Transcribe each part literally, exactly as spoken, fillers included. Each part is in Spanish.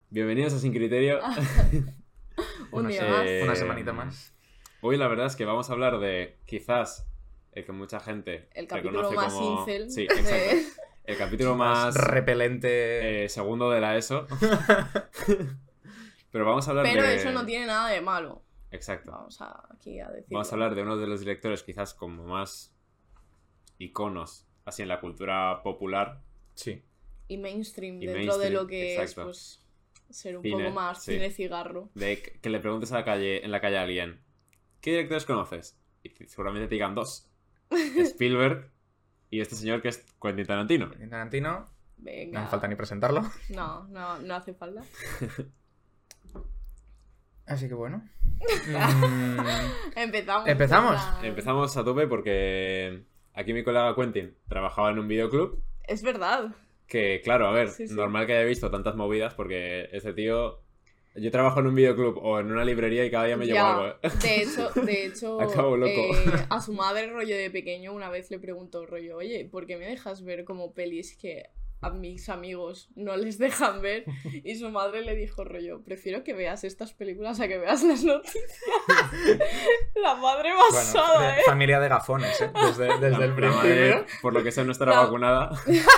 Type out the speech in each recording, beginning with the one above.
Bienvenidos a Sin Criterio. Un una, día se- más. Eh, una semanita más. Hoy la verdad es que vamos a hablar de, quizás, el que mucha gente El capítulo reconoce más como... incel. Sí, de- exacto. El capítulo más repelente. eh, segundo de la ESO. Pero vamos a hablar Pero de... eso no tiene nada de malo. Exacto. Vamos a, aquí a decir. Vamos a hablar de uno de los directores quizás como más iconos, así en la cultura popular. Sí. Y mainstream, Y dentro de mainstream, lo que exacto. es, pues, ser un Cine, poco más sí. cine cigarro. De que que le preguntes a la calle, en la calle a alguien, ¿qué directores conoces? Y seguramente te digan dos. Spielberg y este señor que es Quentin Tarantino. Quentin Tarantino, Venga. no hace falta ni presentarlo. No, no, no hace falta. Así que bueno. Mm, Empezamos. ¿Empezamos? en plan- Empezamos a tope porque aquí mi colega Quentin trabajaba en un videoclub Es verdad. que, claro, a ver, Sí, sí. normal que haya visto tantas movidas porque ese tío... Yo trabajo en un videoclub o en una librería y cada día me llevo Ya, algo, ¿eh? De hecho, de hecho Acabo loco. eh, a su madre, rollo de pequeño, una vez le preguntó, rollo, oye, ¿por qué me dejas ver como pelis que a mis amigos no les dejan ver? Y su madre le dijo, rollo, prefiero que veas estas películas a que veas las noticias. La madre basada, bueno, de- ¿eh? familia de gafones, ¿eh? Desde, desde La- el la principio. madre, por lo que sea, no estará La- vacunada.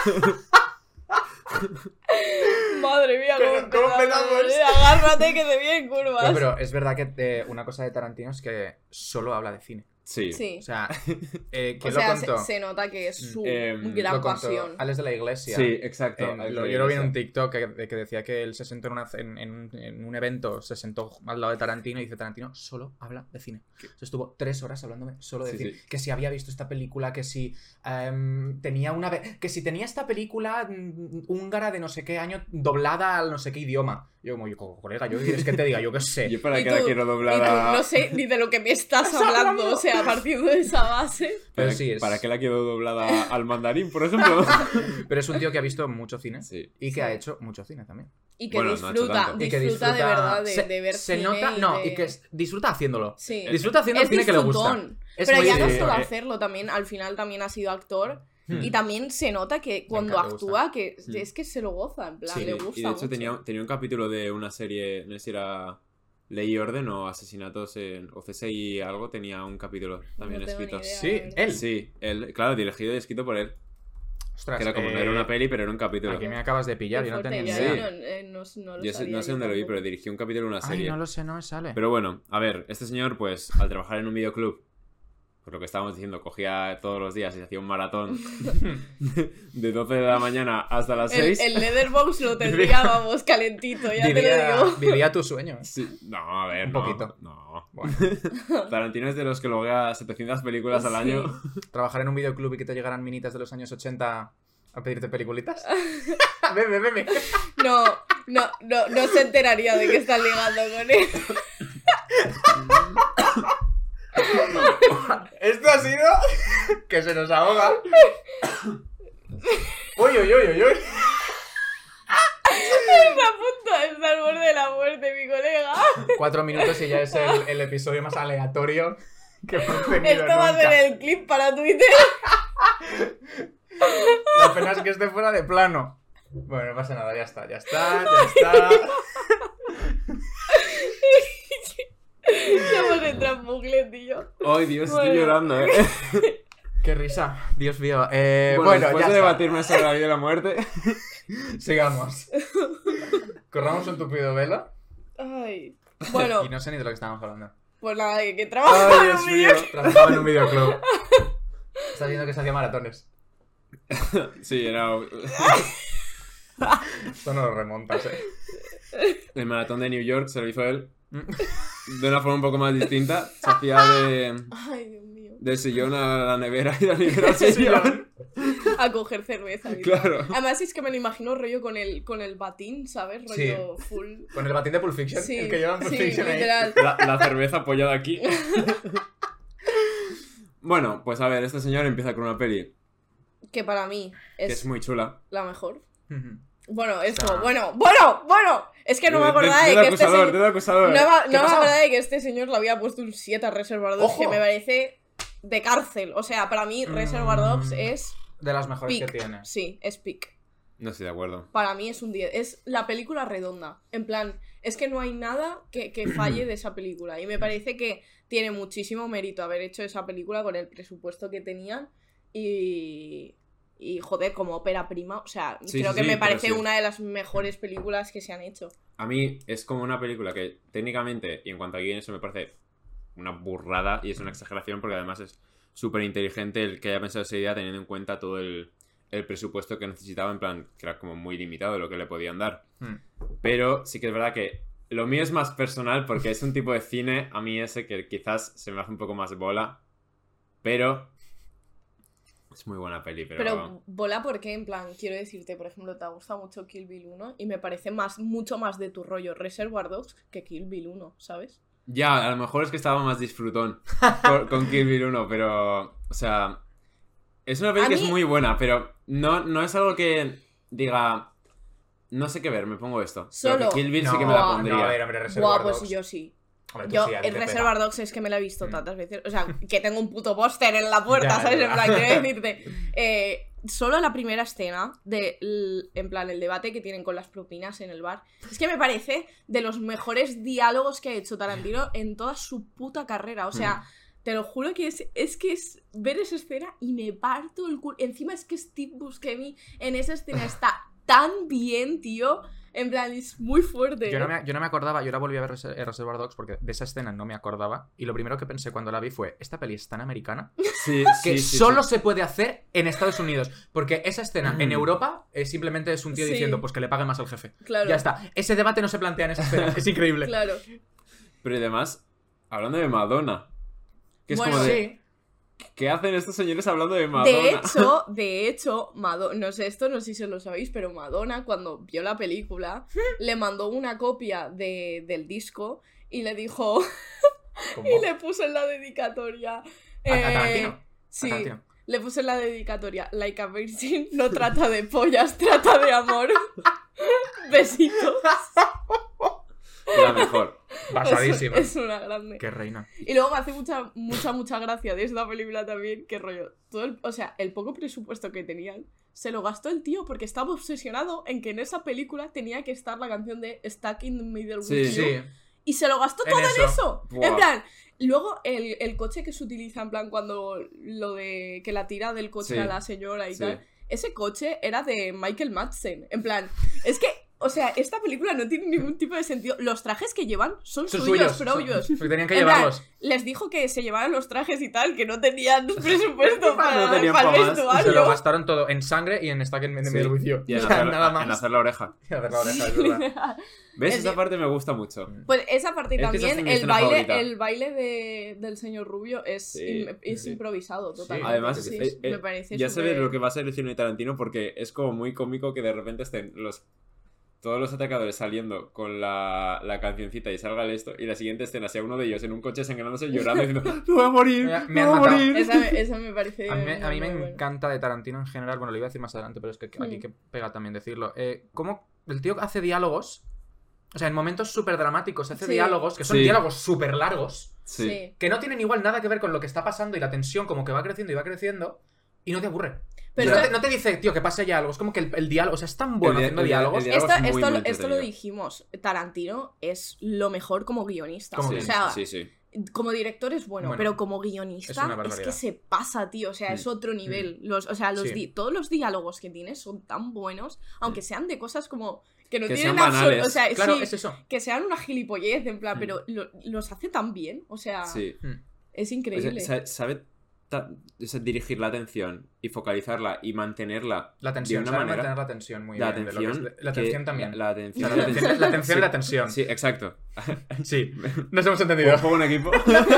Madre mía, Pero, cómo ¿cómo empezamos, empezamos? ¿eh? Agárrate que te vienen curvas. No, pero es verdad que eh, una cosa de Tarantino es que solo habla de cine. Sí. Sí. O sea, eh, O ¿quién sea, lo se, contó? se nota que es su Em, gran Lo contó pasión. Alex de la Iglesia. Sí, exacto. En- Ahí lo- fue, yo lo vi en esa. un TikTok que, que decía que él se sentó en, una- en- en un- en un evento, se sentó al lado de Tarantino y dice: Tarantino solo habla de cine. Se estuvo tres horas hablándome solo de Sí, cine. sí. Que si había visto esta película, que si em, tenía una ve- que si tenía esta película mm, húngara de no sé qué año doblada al no sé qué idioma. Yo como, yo, colega, yo qué quieres que te diga, yo qué sé. Yo para Y qué la tú- quiero Y tú, doblada... no sé ni de lo que me estás hablando, o sea, partiendo de esa base. Pero ¿Para, sí, es- ¿Para qué la quiero doblada al mandarín, por ejemplo? Pero es un tío que ha visto mucho cine Sí. y que Sí. ha hecho mucho cine también. Y que Bueno, no ha hecho disfruta, tanto. Y que disfruta, de verdad de, se, de ver se cine nota, y no, de- y que es- disfruta haciéndolo. Sí. Disfruta haciendo el Es cine que le gusta. disfrutón. Es Pero muy ya no disfrutón. solo eh. hacerlo, también al final también ha sido actor. Hmm. Y también se nota que cuando encanta, me gusta. actúa, que Hmm. es que se lo goza, en plan, Sí, le gusta y de hecho mucho. tenía, tenía un capítulo de una serie, no sé si era Ley y Orden o Asesinatos en, o C S I algo, tenía un capítulo también No tengo ni escrito. idea, Sí, la verdad. él. Sí, él, claro, dirigido y escrito por él. Ostras, Que era como, no eh, era una peli, pero era un capítulo. Aquí me acabas de pillar, Qué yo no fuerte, tenía ni ya, idea. yo no, eh, no- no lo Yo sé- sabía no sé yo dónde lo vi, tampoco. pero dirigió un capítulo de una Ay, serie. no lo sé, no me sale. Pero bueno, a ver, este señor, pues, al trabajar en un videoclub, por lo que estábamos diciendo, cogía todos los días y se hacía un maratón de doce de la mañana hasta las El, seis. el Letterboxd lo tendría, vamos, calentito, ya te vivía, lo digo. vivía tus sueños. Sí, no, a ver, Un no, poquito. No. Bueno, Tarantino es de los que loguea setecientas películas al Sí. año. trabajar en un videoclub y que te llegaran minitas de los años ochenta a pedirte peliculitas. Bebe, bebe. No, no, no, no se enteraría de que estás ligando con él. Esto ha sido que se nos ahoga. Uy, uy, uy, uy, uy. Está a punto de estar al borde de la muerte, mi colega. Cuatro minutos y ya es el, el episodio más aleatorio que hemos tenido Esto va a nunca. ser el clip para Twitter. La pena es que esté fuera de plano. Bueno, no pasa nada, ya está, ya está, ya está. Ya hemos entrado en bucle, tío. Ay, Dios, estoy Bueno. llorando, eh. Qué risa, Dios mío. Eh, Bueno, bueno, después ya de está. debatirme sobre la vida y la muerte. Sigamos. Corramos un tupido velo. Ay. Bueno, Y no sé ni de lo que estábamos hablando. pues nada, que, que trabaja Ay, en Dios un mío. vídeo. Trabajaba en un videoclub. Estás viendo que se hacía maratones. Sí, era Esto no lo remontas, eh. el maratón de New York, se lo hizo él. De una forma un poco más distinta. Se hacía de, Ay, Dios mío. del sillón a la nevera y de la nevera al sillón. A coger cerveza. tío. Claro. Además es que me lo imagino rollo con el, con el batín, ¿sabes? Sí. Rollo full. Con el batín de Pulp Fiction. Sí, el que lleva en Pulp sí, Fiction ahí. literal. La, la cerveza apoyada aquí. Bueno, pues a ver, este señor empieza con una peli Que para mí es, que es muy chula. la mejor. Ujú. Bueno, esto, sea- bueno, bueno, bueno. Es que no me acordaba de, Dedo que este acusador, señor... dedo acusador. No, me- no me pasó? acordaba de que este señor le había puesto un siete a Reservoir Dogs, ¡Ojo! que me parece de cárcel. O sea, para mí Reservoir Dogs Mm. es De las mejores peak. que tiene. Sí, es peak. No estoy de acuerdo. Para mí es un diez. Es la película redonda. En plan, es que no hay nada que, que falle de esa película. Y me parece que tiene muchísimo mérito haber hecho esa película con el presupuesto que tenían. Y... Y, joder, como ópera prima, o sea, Sí, creo sí, que sí, me pero parece sí. una de las mejores películas que se han hecho. A mí es como una película que técnicamente, y en cuanto a guion, eso me parece una burrada y es una exageración porque además es súper inteligente el que haya pensado esa idea teniendo en cuenta todo el, el presupuesto que necesitaba, en plan, que era como muy limitado lo que le podían dar. Hmm. Pero sí que es verdad que lo mío es más personal porque es un tipo de cine, a mí ese que quizás se me hace un poco más bola, pero... Es muy buena peli, pero... Pero bola porque, en plan, quiero decirte, por ejemplo, te ha gustado mucho Kill Bill uno y me parece más, mucho más de tu rollo Reservoir Dogs que Kill Bill uno, ¿sabes? Ya, a lo mejor es que estaba más disfrutón con, con Kill Bill uno, pero... O sea... Es una peli A que mí- es muy buena, pero no, no es algo que diga... No sé qué ver, me pongo esto. Pero Solo- que Kill Bill sí No, que me la Buah. pondría. No, a ver, hombre, Reservoir Buah, pues Dogs. yo sí. Hombre, tú Yo, sí, a ti el te Reservoir pega. Dogs es que me la he visto Mm. tantas veces. O sea, que tengo un puto póster en la puerta, Ya, es ¿sabes? En verdad. plan, quiero decirte. Eh, solo la primera escena, de, l- en plan, el debate que tienen con las propinas en el bar. Es que me parece de los mejores diálogos que ha hecho Tarantino en toda su puta carrera. O sea, te lo juro que es, es que es ver esa escena y me parto el culo. Encima es que Steve Buscemi en esa escena está tan bien, tío. En plan, es muy fuerte. Yo no, me, yo no me acordaba, yo ahora volví a ver Reser- eh, Reservoir Dogs porque de esa escena no me acordaba. Y lo primero que pensé cuando la vi fue: esta peli es tan americana Sí, que sí, sí, solo sí. se puede hacer en Estados Unidos. Porque esa escena en Europa eh, simplemente es un tío Sí. diciendo pues que le pague más al jefe. Claro. Ya está. Ese debate no se plantea en esa escena. Es increíble. Claro. Pero además, hablando de Madonna. Que es Bueno, como de... Sí. ¿Qué hacen estos señores hablando de Madonna? De hecho, de hecho, Madonna, no sé esto, no sé si lo sabéis, pero Madonna, cuando vio la película, le mandó una copia de, del disco y le dijo, ¿Cómo? y le puso en la dedicatoria. ¿A- a eh, Tarantino? ¿A Sí, Tarantino? le puse en la dedicatoria, like a virgin, no trata de pollas, trata de amor. Besitos. La mejor. Basadísima. Es, es una grande. Qué reina. Y luego me hace mucha, mucha, mucha gracia de esta película también, que rollo, todo el, o sea, el poco presupuesto que tenían, se lo gastó el tío porque estaba obsesionado en que en esa película tenía que estar la canción de Stuck in the Middle with Sí. You, Sí. y se lo gastó En todo eso. en eso. Buah. En plan, luego el, el coche que se utiliza, en plan, cuando lo de que la tira del coche Sí. a la señora y Sí. tal, ese coche era de Michael Madsen. En plan, es que, o sea, esta película no tiene ningún tipo de sentido. Los trajes que llevan son, Son suyos, suyos. propios. son- Porque tenían que En plan, llevarlos. les dijo que se llevaran los trajes y tal, que no tenían presupuesto para, No tenían para el pa' más. Y se lo vestuario. gastaron todo en sangre y en Stuck in the Sí. Middle with You. Y en, O sea, hacer, nada más. en hacer la oreja. Y hacer la oreja, es verdad. ¿Ves? Es Esa que- parte me gusta mucho. Pues esa parte Es que esa también, es mi el escena baile, favorita. el baile de, del señor Rubio es, Sí, im- es sí. improvisado totalmente. Además, Sí, eh, eh, me parece ya se ve súper- lo que va a ser el cine de Tarantino porque es como muy cómico que de repente estén los todos los atacadores saliendo con la, la cancioncita y salga el esto y la siguiente escena sea uno de ellos en un coche sangrándose llorando diciendo ¡me voy a morir! Me- ¡Me, me han voy a matado". morir! Esa, esa me parece. A mí, me- a mí me muy buena. encanta de Tarantino en general. Bueno, lo iba a decir más adelante, pero es que aquí Mm. que pega también decirlo. Eh, ¿Cómo el tío hace diálogos? O sea, en momentos súper dramáticos hace Sí. diálogos que son Sí. diálogos súper largos Sí. Sí. que no tienen igual nada que ver con lo que está pasando y la tensión como que va creciendo y va creciendo y no te aburre. Pero no, esto- te, no te dice, tío, que pase ya algo. Es como que el, el diálogo, o sea, es tan bueno El di- haciendo el di- diálogos. el diálogo Esto, es muy, esto, muy lo- esto lo entretenido. dijimos. Tarantino es lo mejor como guionista. Como o sea, Sí, sí, sí. como director es bueno, Bueno, pero como es guionista una es, barbaridad. que se pasa, tío. O sea, Mm. es otro nivel. Los, o sea, los Sí. di- todos los diálogos que tiene son tan buenos, aunque sean de cosas como que no Que tienen sean absolu- banales. O sea, Claro, sí, es eso. que sean una gilipollez, en plan, Mm. pero lo- los hace tan bien. O sea, Sí. Mm. es O sea, increíble. sa- sabe ta- o sea, dirigir la atención y focalizarla y mantenerla La tensión, de una sabe manera. mantener la tensión muy La bien. de lo que atención. es- la que- tensión también. La, la atención. La atención, la atención y la Sí. tensión. Sí, exacto. Sí. Nos hemos entendido. Juego un equipo.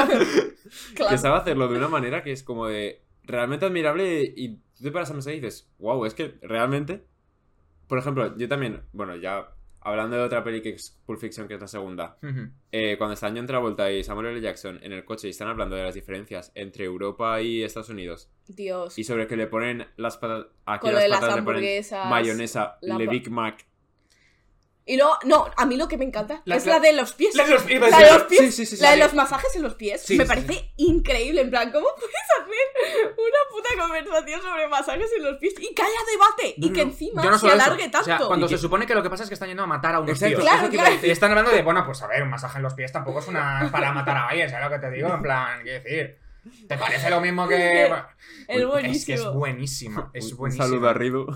Claro. Que sabe hacerlo de una manera que es como de realmente admirable y tú te paras a pensar y dices, wow, es que realmente, por ejemplo, yo también, bueno, ya hablando de otra peli que es Pulp Fiction, que es la segunda, Ujú. eh, cuando están John Travolta y Samuel L. Jackson en el coche y están hablando de las diferencias entre Europa y Estados Unidos Dios. y sobre que le ponen las patatas, aquí Con lo las de las patatas le ponen hamburguesas. mayonesa, la Le pa- Big Mac Y luego, no, a mí lo que me encanta La- es la- la de los pies. La de los pies, La de los pies. Sí, sí, sí, sí, la de sí. los masajes en los pies. Sí, me sí, parece sí. increíble. En plan, ¿cómo puedes hacer una puta conversación sobre masajes en los pies y que haya debate? No, y no, que no. encima Yo no se solo eso. alargue tanto. O sea, cuando Y que- se supone que lo que pasa es que están yendo a matar a unos Exacto, tíos. Claro, eso te claro. iba a decir. Y están hablando de, bueno, pues a ver, un masaje en los pies tampoco es una para matar a alguien, ¿sabes lo que te digo? En plan, quiero decir, ¿te parece lo mismo que...? Bueno, Es buenísimo. es que es buenísima, es Un buenísima. saludo a Ridu.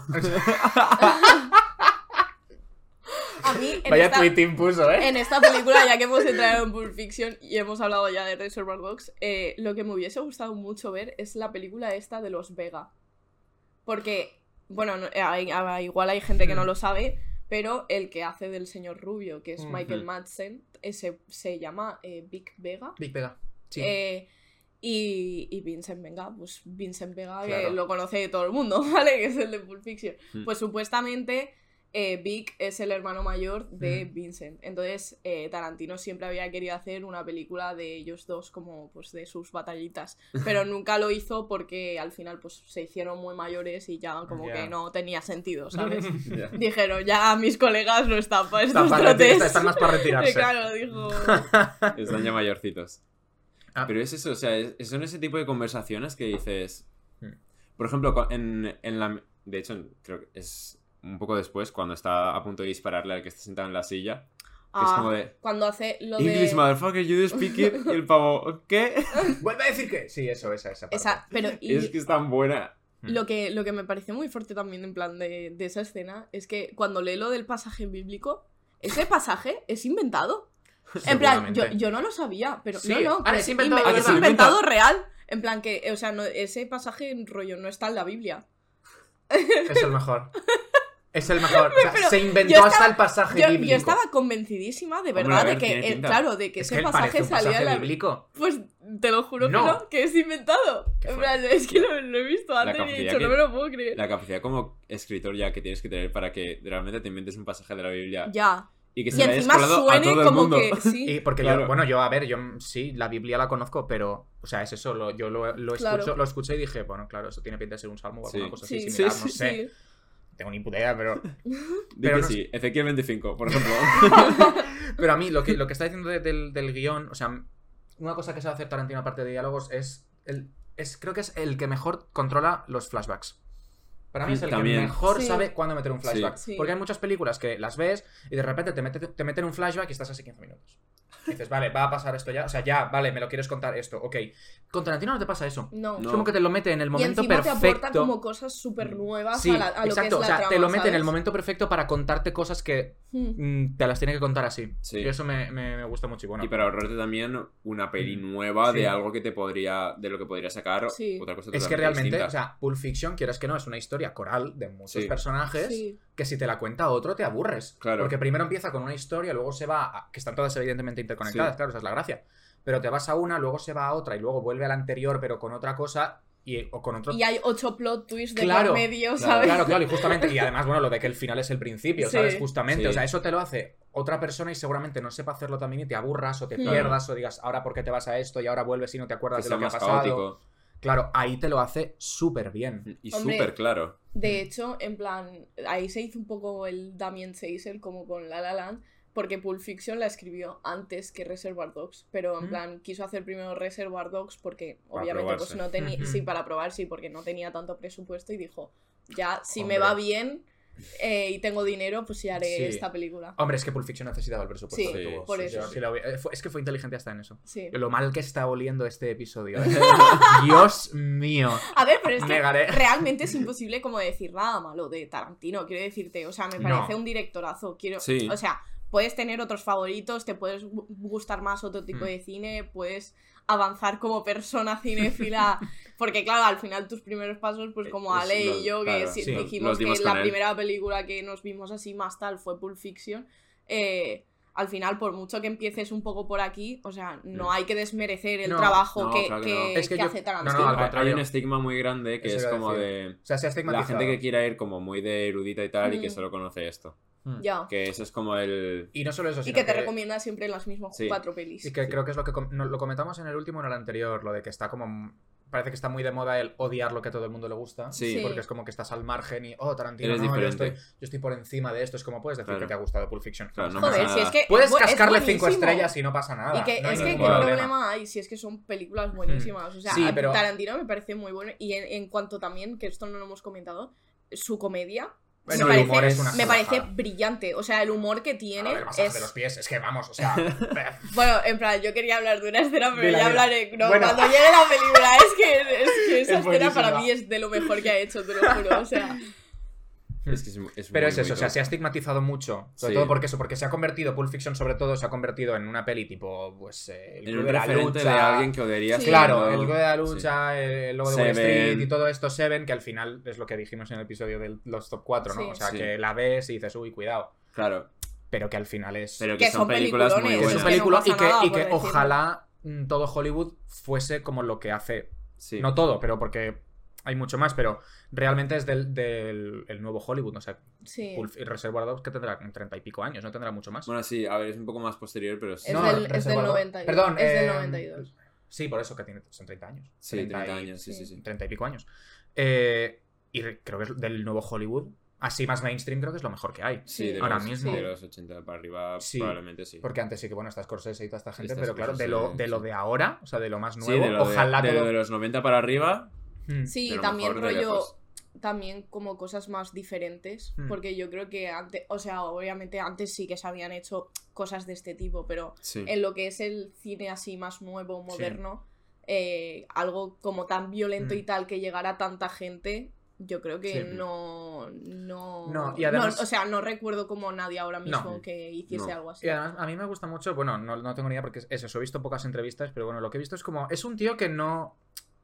A mí, en Vaya esta, tweeting puso, ¿eh? en esta película, ya que hemos entrado en Pulp Fiction y hemos hablado ya de Reservoir Dogs, eh, lo que me hubiese gustado mucho ver es la película esta de los Vega. Porque, bueno, no- hay- hay- igual hay gente que no lo sabe, pero el que hace del señor Rubio, que es Ujú. Michael Madsen, ese se llama eh, Vic Vega. Big Vega. Sí. Eh, y, y Vincent Vega, pues Vincent Vega, que Claro. lo conoce todo el mundo, ¿vale? Que es el de Pulp Fiction. Mm. Pues supuestamente eh, Vic es el hermano mayor de Mm. Vincent. Entonces eh, Tarantino siempre había querido hacer una película de ellos dos, como pues de sus batallitas. Pero nunca lo hizo porque al final pues se hicieron muy mayores y ya como Ya. que no tenía sentido, ¿sabes? Ya. Dijeron, ya mis colegas no están para Están, estos para retir- trotes. están más para retirarse. Y claro, dijo... Están ya mayorcitos. Ah. Pero es eso, o sea, es- son ese tipo de conversaciones que dices... Hmm. Por ejemplo, co- en, en la... De hecho, creo que es un poco después, cuando está a punto de dispararle al que está sentado en la silla. Que es Ah, como de... cuando hace lo English, de... motherfucker, you do speak it. Y el pavo, ¿qué? Vuelve a decir que... Sí, eso, esa, esa parte. Esa, pero y Es que es tan buena. lo que, lo que me pareció muy fuerte también en plan de, de esa escena es que cuando lee lo del pasaje bíblico, ese pasaje es inventado. En plan, yo, Seguramente. yo no lo sabía, pero Sí. no, no, Ah, pero es inventado, inve- de es verdad. inventado real. En plan que, o sea, no, ese pasaje en rollo no está en la Biblia. Es el mejor. Es el mejor. O sea, Pero se inventó yo hasta estaba- el pasaje Yo, bíblico. yo estaba convencidísima de Hombre, verdad a ver, de que, tiene eh, pinta. claro, de que Es ese que él pasaje parece un salía pasaje en la bíblico. Pues te lo juro No. que no, que es inventado. Qué En plan, es que lo, lo he visto La antes y he capacidad dicho, que- no me lo puedo creer. La capacidad como escritor ya que tienes que tener para que realmente te inventes un pasaje de la Biblia Ya. y que Y se le hayas encima colado a suene todo el como mundo. que sí. Y porque Claro. yo, bueno, yo, a ver, yo mm, sí, la Biblia la conozco, pero, o sea, es eso, lo, yo lo, lo, Claro. escucho, lo escuché y dije, bueno, claro, eso tiene pinta de ser un salmo o alguna Sí. cosa así Sí, similar, sí, no sí, sé, Sí. tengo ni puta idea, pero... Di Pero que no sí, Ezequiel veinticinco, por ejemplo. Pero a mí, lo que, lo que está diciendo de- del, del guión, o sea, una cosa que sabe hacer Tarantino aparte de diálogos es, el, es creo que es el que mejor controla los flashbacks. Para mí es el También. que mejor Sí. sabe cuándo meter un flashback. Sí. Porque hay muchas películas que las ves y de repente te, mete- te meten un flashback y estás así quince minutos. Y dices, vale, va a pasar esto ya. O sea, ya, vale, me lo quieres contar esto, ok. Con Tarantino no te pasa eso. No. Es No. como que te lo mete en el Y momento encima te perfecto. aporta como cosas súper nuevas Sí, a, la- a lo exacto. que es la o sea, trama, te lo mete en el ¿sabes? momento perfecto para contarte cosas que Hmm. mm, te las tiene que contar así. Sí. Y eso me, me, me gusta mucho. Y bueno, Y para ahorrarte también una peli nueva Sí. de algo que te podría, de lo que podría sacar Sí. otra cosa es que totalmente realmente, distinta. o sea, Pulp Fiction, quieras que no, es una historia coral de muchos Sí. personajes Sí. que si te la cuenta otro te aburres. Claro. Porque primero empieza con una historia, luego se va a... que están todas evidentemente interconectadas, Sí. claro, esa es la gracia. Pero te vas a una, luego se va a otra y luego vuelve a la anterior pero con otra cosa y, o con otro... Y hay ocho plot twists de Claro, por medio, claro, ¿sabes? Claro, claro, y justamente, y además, bueno, lo de que el final es el principio, Sí. ¿sabes? Justamente, Sí. o sea, eso te lo hace otra persona y seguramente no sepa hacerlo también y te aburras o te Hmm. pierdas o digas, ahora por qué te vas a esto y ahora vuelves y no te que acuerdas de sea lo que ha más pasado. caótico Claro, ahí te lo hace súper bien. y Hombre, súper claro. De hecho, en plan, ahí se hizo un poco el Damien Chazelle como con La La Land, porque Pulp Fiction la escribió antes que Reservoir Dogs, pero en ¿Mm? plan quiso hacer primero Reservoir Dogs porque Para obviamente pues probarse. no tenía, Ujú. sí, para probar, sí, porque no tenía tanto presupuesto y dijo, ya, si Hombre. me va bien eh, y tengo dinero, pues ya haré Sí. esta película. Hombre, es que Pulp Fiction necesitaba el presupuesto Sí, que sí, tuvo. por Sí, eso. yo sí lo vi- eh, fue- es que fue inteligente hasta en eso. Sí. Lo mal que está oliendo este episodio. ¿eh? Dios mío. A ver, pero es que Negaré. realmente es imposible como decir nada malo de Tarantino, quiero decirte, o sea, me parece No. un directorazo, quiero, Sí. o sea, puedes tener otros favoritos, te puedes gu- gustar más otro tipo Mm. de cine, puedes avanzar como persona cinéfila, porque claro, al final tus primeros pasos, pues como Es Ale los- y yo, que claro, si- sí, dijimos los que dimos la con él. primera película que nos vimos así más tal fue Pulp Fiction, eh, al final, por mucho que empieces un poco por aquí, o sea, no Mm. hay que desmerecer el No, trabajo no, que, claro que que, no. Es que que yo- hace no, Tarantino. no, al Hay- Hay contrario. un estigma muy grande que Eso es iba a como decir. de O sea, se ha la estigmatizado. gente que quiera ir como muy de erudita y tal y que Mm. solo conoce esto. Mm. Ya. Que eso es como el... Y no solo eso, Y sino que te recomienda siempre las mismas Sí. cuatro pelis. Y que Sí. creo que es lo que com- no, lo comentamos en el último o en el anterior, lo de que está como parece que está muy de moda el odiar lo que a todo el mundo le gusta. Sí. Porque es como que estás al margen y, oh, Tarantino, Eres no, yo diferente. estoy, yo estoy por encima de esto. Es como puedes decir Claro. que te ha gustado Pulp Fiction. Claro, no Joder, pasa si es nada. que... Puedes es bu- es cascarle cinco buenísimo. estrellas y no pasa nada. Y que no hay es que qué ningún problema. problema hay si es que son películas buenísimas. O sea, Sí, a pero- Tarantino me parece muy bueno. Y en, en cuanto también, que esto no lo hemos comentado, su comedia Bueno, me, el parece, humor es una me parece salvajada. brillante. O sea, el humor que tiene A ver, masaje es... de los pies, es que vamos, o sea... Bueno, en plan, yo quería hablar de una escena, pero Dila, ya dila. hablaré. No, Bueno. cuando llegue la película, es que, es que esa Es escena para buenísima. mí es de lo mejor que ha hecho, te lo juro. O sea, Es que es, es Pero muy, es eso, muy o sea, top. se ha estigmatizado mucho. Sobre Sí. todo porque eso, porque se ha convertido, Pulp Fiction sobre todo, se ha convertido en una peli tipo, pues, eh, el En Club un de la referente lucha. de alguien que odiarías. Sí. Claro, cuando- el Club de la Sí. lucha, el logo de Wall Seven. Street y todo esto, Seven, que al final es lo que dijimos en el episodio de los top cuatro, ¿no? Sí. O sea, Sí. que la ves y dices, uy, cuidado. Claro, Pero que al final es... pero que, Que son, son películas muy peliculones, que es buenas. un que no película pasa y que, nada y por que decirlo. ojalá mm, todo Hollywood fuese como lo que hace. Sí. No todo, pero porque hay mucho más, pero realmente es del, del el nuevo Hollywood, ¿no? O sea, sí. Pulp y Reservoir Dogs que tendrá treinta y pico años, no tendrá mucho más. Bueno, sí, a ver, es un poco más posterior, pero sí. Es No, del, es del Reservoir Dogs- noventa y dos. Perdón, es del eh, noventa y dos. Sí, por eso que tiene, son treinta años. Sí, treinta treinta y- años, sí, sí, sí. treinta y pico años. Eh, y re- creo que es del nuevo Hollywood, así más mainstream, creo que es lo mejor que hay. Sí, de ahora los, mismo. de los ochenta para arriba, Sí, probablemente sí. Porque antes sí que, bueno, está Scorsese y toda esta gente, Está pero claro, de Scorsese, lo, de lo sí. de ahora, o sea, de lo más Sí, nuevo, de lo de- ojalá de, todo... de los noventa para arriba. Mm. Sí, de lo también mejor de rollo, lejos. también como cosas más diferentes, Hmm. porque yo creo que antes, o sea, obviamente antes sí que se habían hecho cosas de este tipo, pero Sí. en lo que es el cine así más nuevo, moderno, eh, algo como tan violento Hmm. y tal que llegara a tanta gente, yo creo que Sí. no, no, No, y además- no- o sea, no recuerdo como nadie ahora mismo No. que hiciese No. algo así. Y además, a mí me gusta mucho, bueno, no, no tengo ni idea porque es eso, he visto pocas entrevistas, pero bueno, lo que he visto es como, es un tío que no...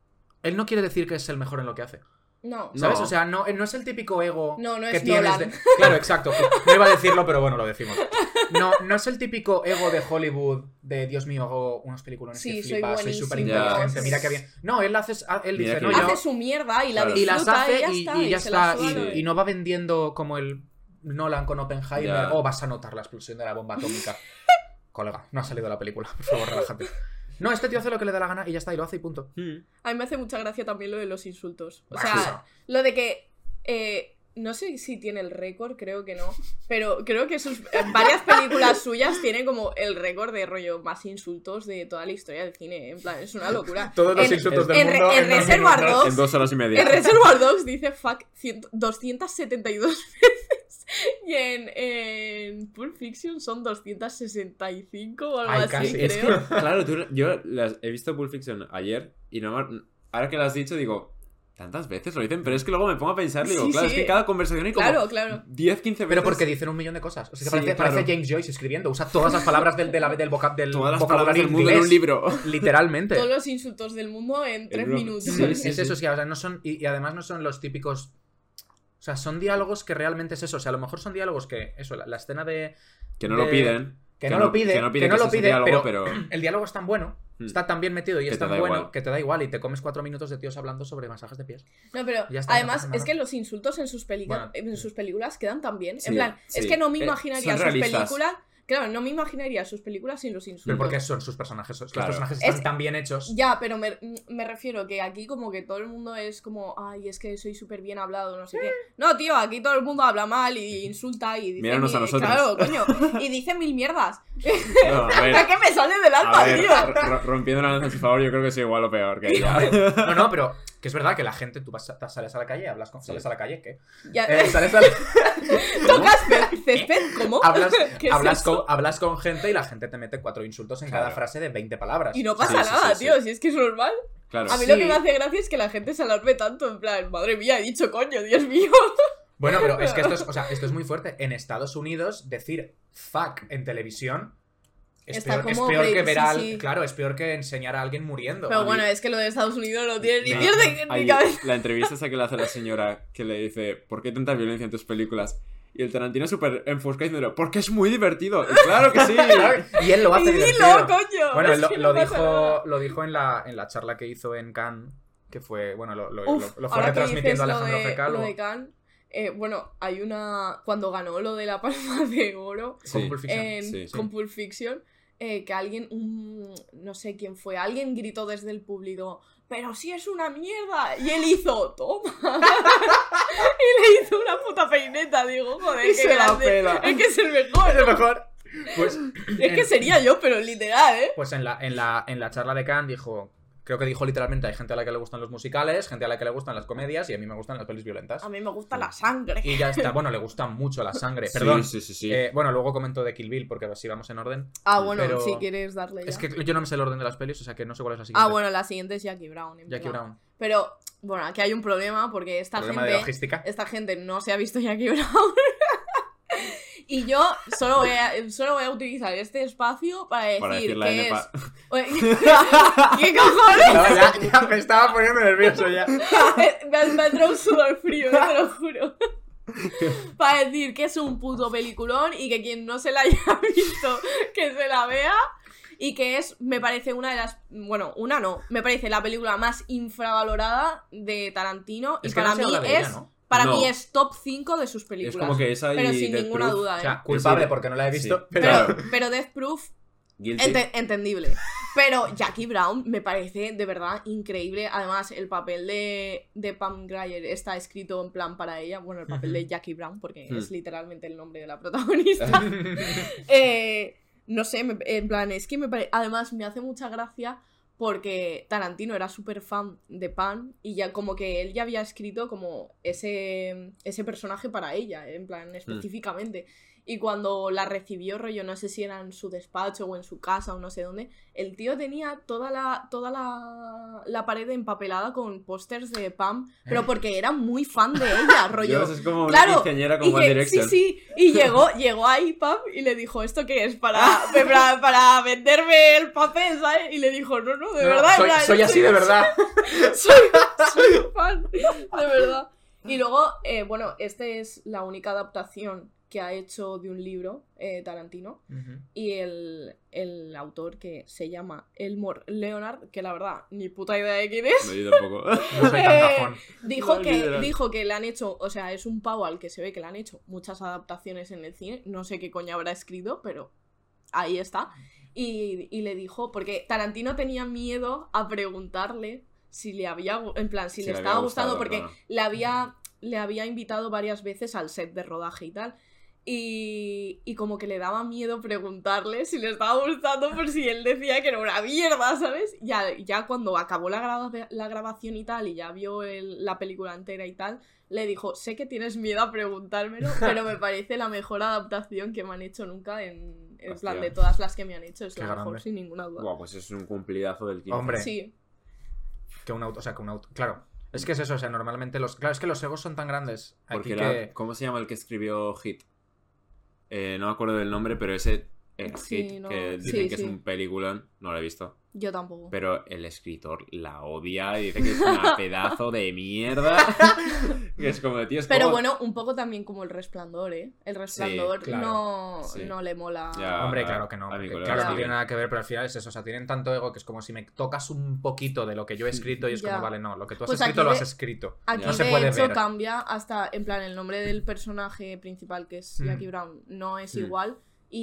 Él no quiere decir que es el mejor en lo que hace. No, ¿Sabes? No. O sea, no, no es el típico ego No, no que es tienes Nolan. de... Claro, exacto. No iba a decirlo, pero bueno, lo decimos. No, no es el típico ego de Hollywood de Dios mío, hago unas películas Sí, que soy flipas, soy buenísimo. súper inteligente, Ya. mira qué bien. No, él hace, él Mira dice, qué no, bien. yo... hace su mierda y la Claro. Y las disfruta hace y ya y, está. y ya se la está. suda Y, lo- y no va vendiendo como el Nolan con Oppenheimer. Ya. O vas a notar la explosión de la bomba atómica. Colega, no ha salido la película. Por favor, relájate. No, este tío hace lo que le da la gana y ya está, y lo hace y punto. Mm. A mí me hace mucha gracia también lo de los insultos. O Bah, sea, eso. lo de que... eh, no sé si tiene el récord, creo que no. Pero creo que sus eh, varias películas suyas tienen como el récord de rollo más insultos de toda la historia del cine. En plan, es una locura. Todos los En- insultos del en re- mundo. en dos Reservoir minutos. Dogs- En dos horas y media. En Reservoir Dogs dice fuck cien- doscientas setenta y dos veces. Y en, en Pulp Fiction son doscientas sesenta y cinco o algo Ay, así, casi. Es que, creo. claro, tú- yo las, he visto Pulp Fiction ayer y no me- ahora que lo has dicho digo, tantas veces lo dicen, pero es que luego me pongo a pensar, digo, Sí, claro, sí. es que cada conversación hay como Claro, claro. diez, quince veces. Pero porque dicen un millón de cosas. O sea, que Sí, parece, claro. parece James Joyce escribiendo. Usa todas las palabras del, de la- del, vocab, del todas las palabras vocabulario del mundo en inglés. un libro. Literalmente. Todos los insultos del mundo en tres uno- minutos. Sí, Sí, sí, es sí. eso, sí, o sea, no son, y, y además no son los típicos. O sea, son diálogos que realmente es eso. O sea, a lo mejor son diálogos que. Eso, la, la escena de. Que no de- lo piden. Que no lo pide, que no pide que no que lo sea ese pide, diálogo, pero, pero... el diálogo es tan bueno, Mm. está tan bien metido y Que es te tan da bueno igual. que te da igual y te comes cuatro minutos de tíos hablando sobre masajes de pies. No, pero Ya está, no además pasa nada. es que los insultos en sus, peli- Bueno. en sus películas quedan tan bien. Sí, en plan, sí. es que no me Eh, imaginaría son sus realistas. películas. Claro, no me imaginaría sus películas sin los insultos. Pero porque son sus personajes. Los Claro. personajes están Es- tan bien hechos. Ya, pero me, me refiero que aquí como que todo el mundo es como, ay, es que soy súper bien hablado, no sé qué. No, tío, aquí todo el mundo habla mal y insulta y dice... Míranos a mil- nosotros. Claro, coño. Y dice mil mierdas. No, a ver, Es que me sale del a alma, ver, tío. ro- rompiendo la lanza en su favor, yo creo que soy igual o peor que ella. No, no, pero que es verdad que la gente, tú vas, a- sales a la calle, hablas con, Sí. sales a la calle, ¿qué? Ya, Eh, sales a la- ¿Tocas ce- césped? ¿Cómo? hablas, ¿Qué es hablas, eso? con, hablas con gente y la gente te mete cuatro insultos en cada Claro. frase de veinte palabras. Y no pasa Sí, sí, nada, sí, sí. tío, si es que es normal. Claro. A mí Sí. lo que me hace gracia es que la gente se alarme tanto, en plan, madre mía, he dicho coño, Dios mío. Bueno, pero es que esto es, o sea, esto es muy fuerte. En Estados Unidos, decir fuck en televisión es Está peor, es como peor que break, ver sí, al. sí. Claro, es peor que enseñar a alguien muriendo. Pero A mí- bueno, es que lo de Estados Unidos no tiene ni No, pies de- ni ahí, cabeza. la entrevista esa que le hace la señora que le dice, ¿por qué tanta violencia en tus películas? Y el Tarantino súper enfoscado diciendo, porque es muy divertido. Y claro que sí. Y él lo hace Y dilo, divertido. coño. Bueno, es lo, que lo no pasa nada. dijo, lo dijo en la, en la charla que hizo en Cannes, que fue, bueno, lo, lo, Uf, lo- lo fue ahora que retransmitiendo dices Alejandro lo de, G. Calvo lo de Cannes, eh, bueno, hay una... Cuando ganó lo de la Palma de Oro con Sí. Pulp Fiction. en, sí, sí. con Pulp Fiction, eh, que alguien, un- no sé quién fue, alguien gritó desde el público, pero si es una mierda. Y él hizo, toma. Y le hizo una puta peineta. Digo, joder, Y qué se la grande. pela. Es que es el mejor. Es lo mejor. Pues, Es que en- sería yo, pero literal, ¿eh? Pues en la, en la, en la charla de Cannes dijo, creo que dijo literalmente, hay gente a la que le gustan los musicales, gente a la que le gustan las comedias y a mí me gustan las pelis violentas. A mí me gusta la sangre. Y ya está, bueno, le gusta mucho la sangre. Sí, Perdón. sí, sí, sí. Eh, bueno, luego comento de Kill Bill porque así vamos en orden. Ah, bueno, pero- si quieres darle ya. Es que yo no me sé el orden de las pelis, o sea que no sé cuál es la siguiente. Ah, bueno, la siguiente es Jackie Brown. en Jackie plan. Brown. Pero, bueno, aquí hay un problema porque esta Problema de gente... logística. Esta gente no se ha visto Jackie Brown. Y yo solo voy, a, solo voy a utilizar este espacio para decir, Para decir la que N es... pa- Oye, ¿qué cojones? No, ya, ya me estaba poniendo nervioso ya. me, ha, me ha entrado un sudor frío, eh, te lo juro. Para decir que es un puto peliculón y que quien no se la haya visto, que se la vea. Y que es, me parece una de las... Bueno, una no. Me parece la película más infravalorada de Tarantino. Y Es que para no se mí habla de es... ella, ¿no? Para No. mí es top cinco de sus Es películas. como que esa y Pero sin Death ninguna Proof. duda, O ¿eh? sea, culpable Sí. porque no la he visto, Sí. pero... Pero, Claro. pero Death Proof, Guilty. ente- entendible. Pero Jackie Brown me parece de verdad increíble. Además, el papel de, de Pam Grier está escrito en plan para ella. Bueno, el papel de Jackie Brown, porque Hmm. es literalmente el nombre de la protagonista. eh, no sé, me- en plan, es que me parece... Además, me hace mucha gracia porque Tarantino era súper fan de Pam y ya como que él ya había escrito como ese, ese personaje para ella, en plan, específicamente. Y cuando la recibió, rollo, no sé si era en su despacho o en su casa o no sé dónde, el tío tenía toda la, toda la, la pared empapelada con pósters de Pam, pero porque era muy fan de ella, rollo. Dios, es como una Claro, quinceañera Y con One que- Direction. sí, sí, y llegó, llegó ahí Pam y le dijo, ¿esto qué es? Para, para, para venderme el papel, ¿sabes? Y le dijo, no, no, de No, verdad. soy, en plan, soy así de verdad. soy, soy fan, de verdad. Y luego, eh, bueno, esta es la única adaptación que ha hecho de un libro, eh, Tarantino, Ujú. y el, el autor que se llama Elmore Leonard, que la verdad, ni puta idea de quién es, No, yo tampoco. No soy tan Eh, cajón. dijo, No, que, literal. dijo que le han hecho, o sea, es un pavo al que se ve que le han hecho muchas adaptaciones en el cine, no sé qué coño habrá escrito, pero ahí está. Y, y le dijo, porque Tarantino tenía miedo a preguntarle si le había, gu- en plan, si, Si le le estaba había gustando, gustado, porque claro. le había, le había invitado varias veces al set de rodaje y tal. Y, y como que le daba miedo preguntarle si le estaba gustando por si él decía que era una mierda, ¿sabes? Ya, ya cuando acabó la, grava- la grabación y tal, y ya vio el- la película entera y tal, le dijo, sé que tienes miedo a preguntármelo, pero me parece la mejor adaptación que me han hecho nunca en, en plan Hostia. de todas las que me han hecho. Es Qué la mejor, grande. sin ninguna duda. Buah, pues es un cumplidazo del quince. Hombre. Sí, Que un auto, o sea, que un auto. Claro, es que es eso, o sea, normalmente los. Claro, es que los egos son tan grandes. Aquí Porque que. era- ¿cómo se llama el que escribió Hit? Eh, no me acuerdo del nombre, pero ese es Sí, Hit, no- que sí, dicen que sí. es un peliculón, no lo he visto. yo tampoco. Pero el escritor la odia y dice que es una pedazo de mierda. Que es como, tío, es Pero como- bueno, un poco también como el Resplandor, ¿eh? El Resplandor claro. no, Sí. no le mola. Ya. Hombre, a- claro que no. a mi porque, colega claro, no sí. tiene nada que ver, pero al final es eso. O sea, tienen tanto ego que es como si me tocas un poquito de lo que yo he escrito y es Ya. como, vale, no, lo que tú has Pues escrito aquí lo de- has escrito. Aquí No se de puede hecho ver. cambia hasta, en plan, el nombre del personaje principal, que es Mm. Jackie Brown, no es Mm. igual.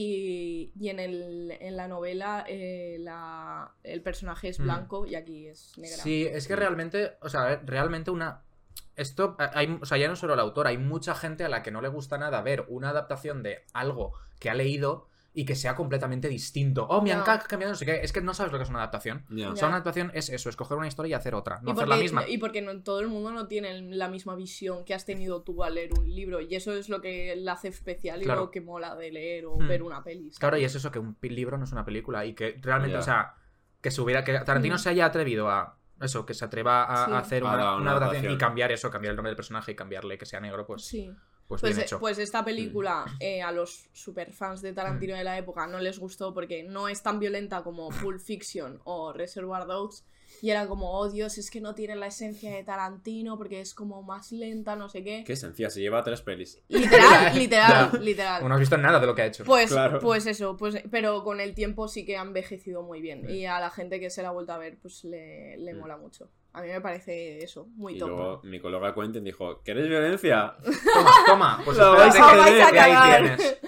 Y, y en, el, en la novela eh, la, el personaje es Mm. blanco y aquí es negra. Sí, es que realmente, o sea, a ver, realmente una... Esto, hay, o sea, ya no solo el autor, hay mucha gente a la que no le gusta nada ver una adaptación de algo que ha leído y que sea completamente distinto. Oh, me han No. ca- cambiado no sé qué. Es que no sabes lo que es una adaptación. Ya. O Ya. sea, una adaptación es eso, escoger una historia y hacer otra, no y, hacer porque, la misma. y porque no, todo el mundo no tiene la misma visión que has tenido tú al leer un libro. Y eso es lo que la hace especial y Claro. lo que mola de leer o Hmm. ver una peli. ¿sabes? Claro, y es eso, que un pi- libro no es una película y que realmente, Ya. o sea, que se hubiera, que Tarantino Mm. se haya atrevido a eso, que se atreva a, Sí. a hacer A una, dar una una adaptación adaptación. y cambiar eso, cambiar el nombre del personaje y cambiarle que sea negro, pues, Sí. pues, Pues, bien eh, hecho. pues esta película eh, a los superfans de Tarantino de la época no les gustó porque no es tan violenta como Pulp Fiction o Reservoir Dogs y era como, oh Dios, es que no tiene la esencia de Tarantino porque es como más lenta, no sé qué. Qué esencia, se lleva tres pelis. Literal, literal, Ya. literal. No has visto nada de lo que ha hecho. Pues, Claro. pues eso, pues, pero con el tiempo sí que ha envejecido muy bien y a la gente que se la ha vuelto a ver pues le, le Mm. mola mucho. A mí me parece eso, muy Y top. luego mi colega Quentin dijo, ¿queréis violencia? Toma, toma, pues Lo espérate vais a que vais a de ahí cagar. tienes.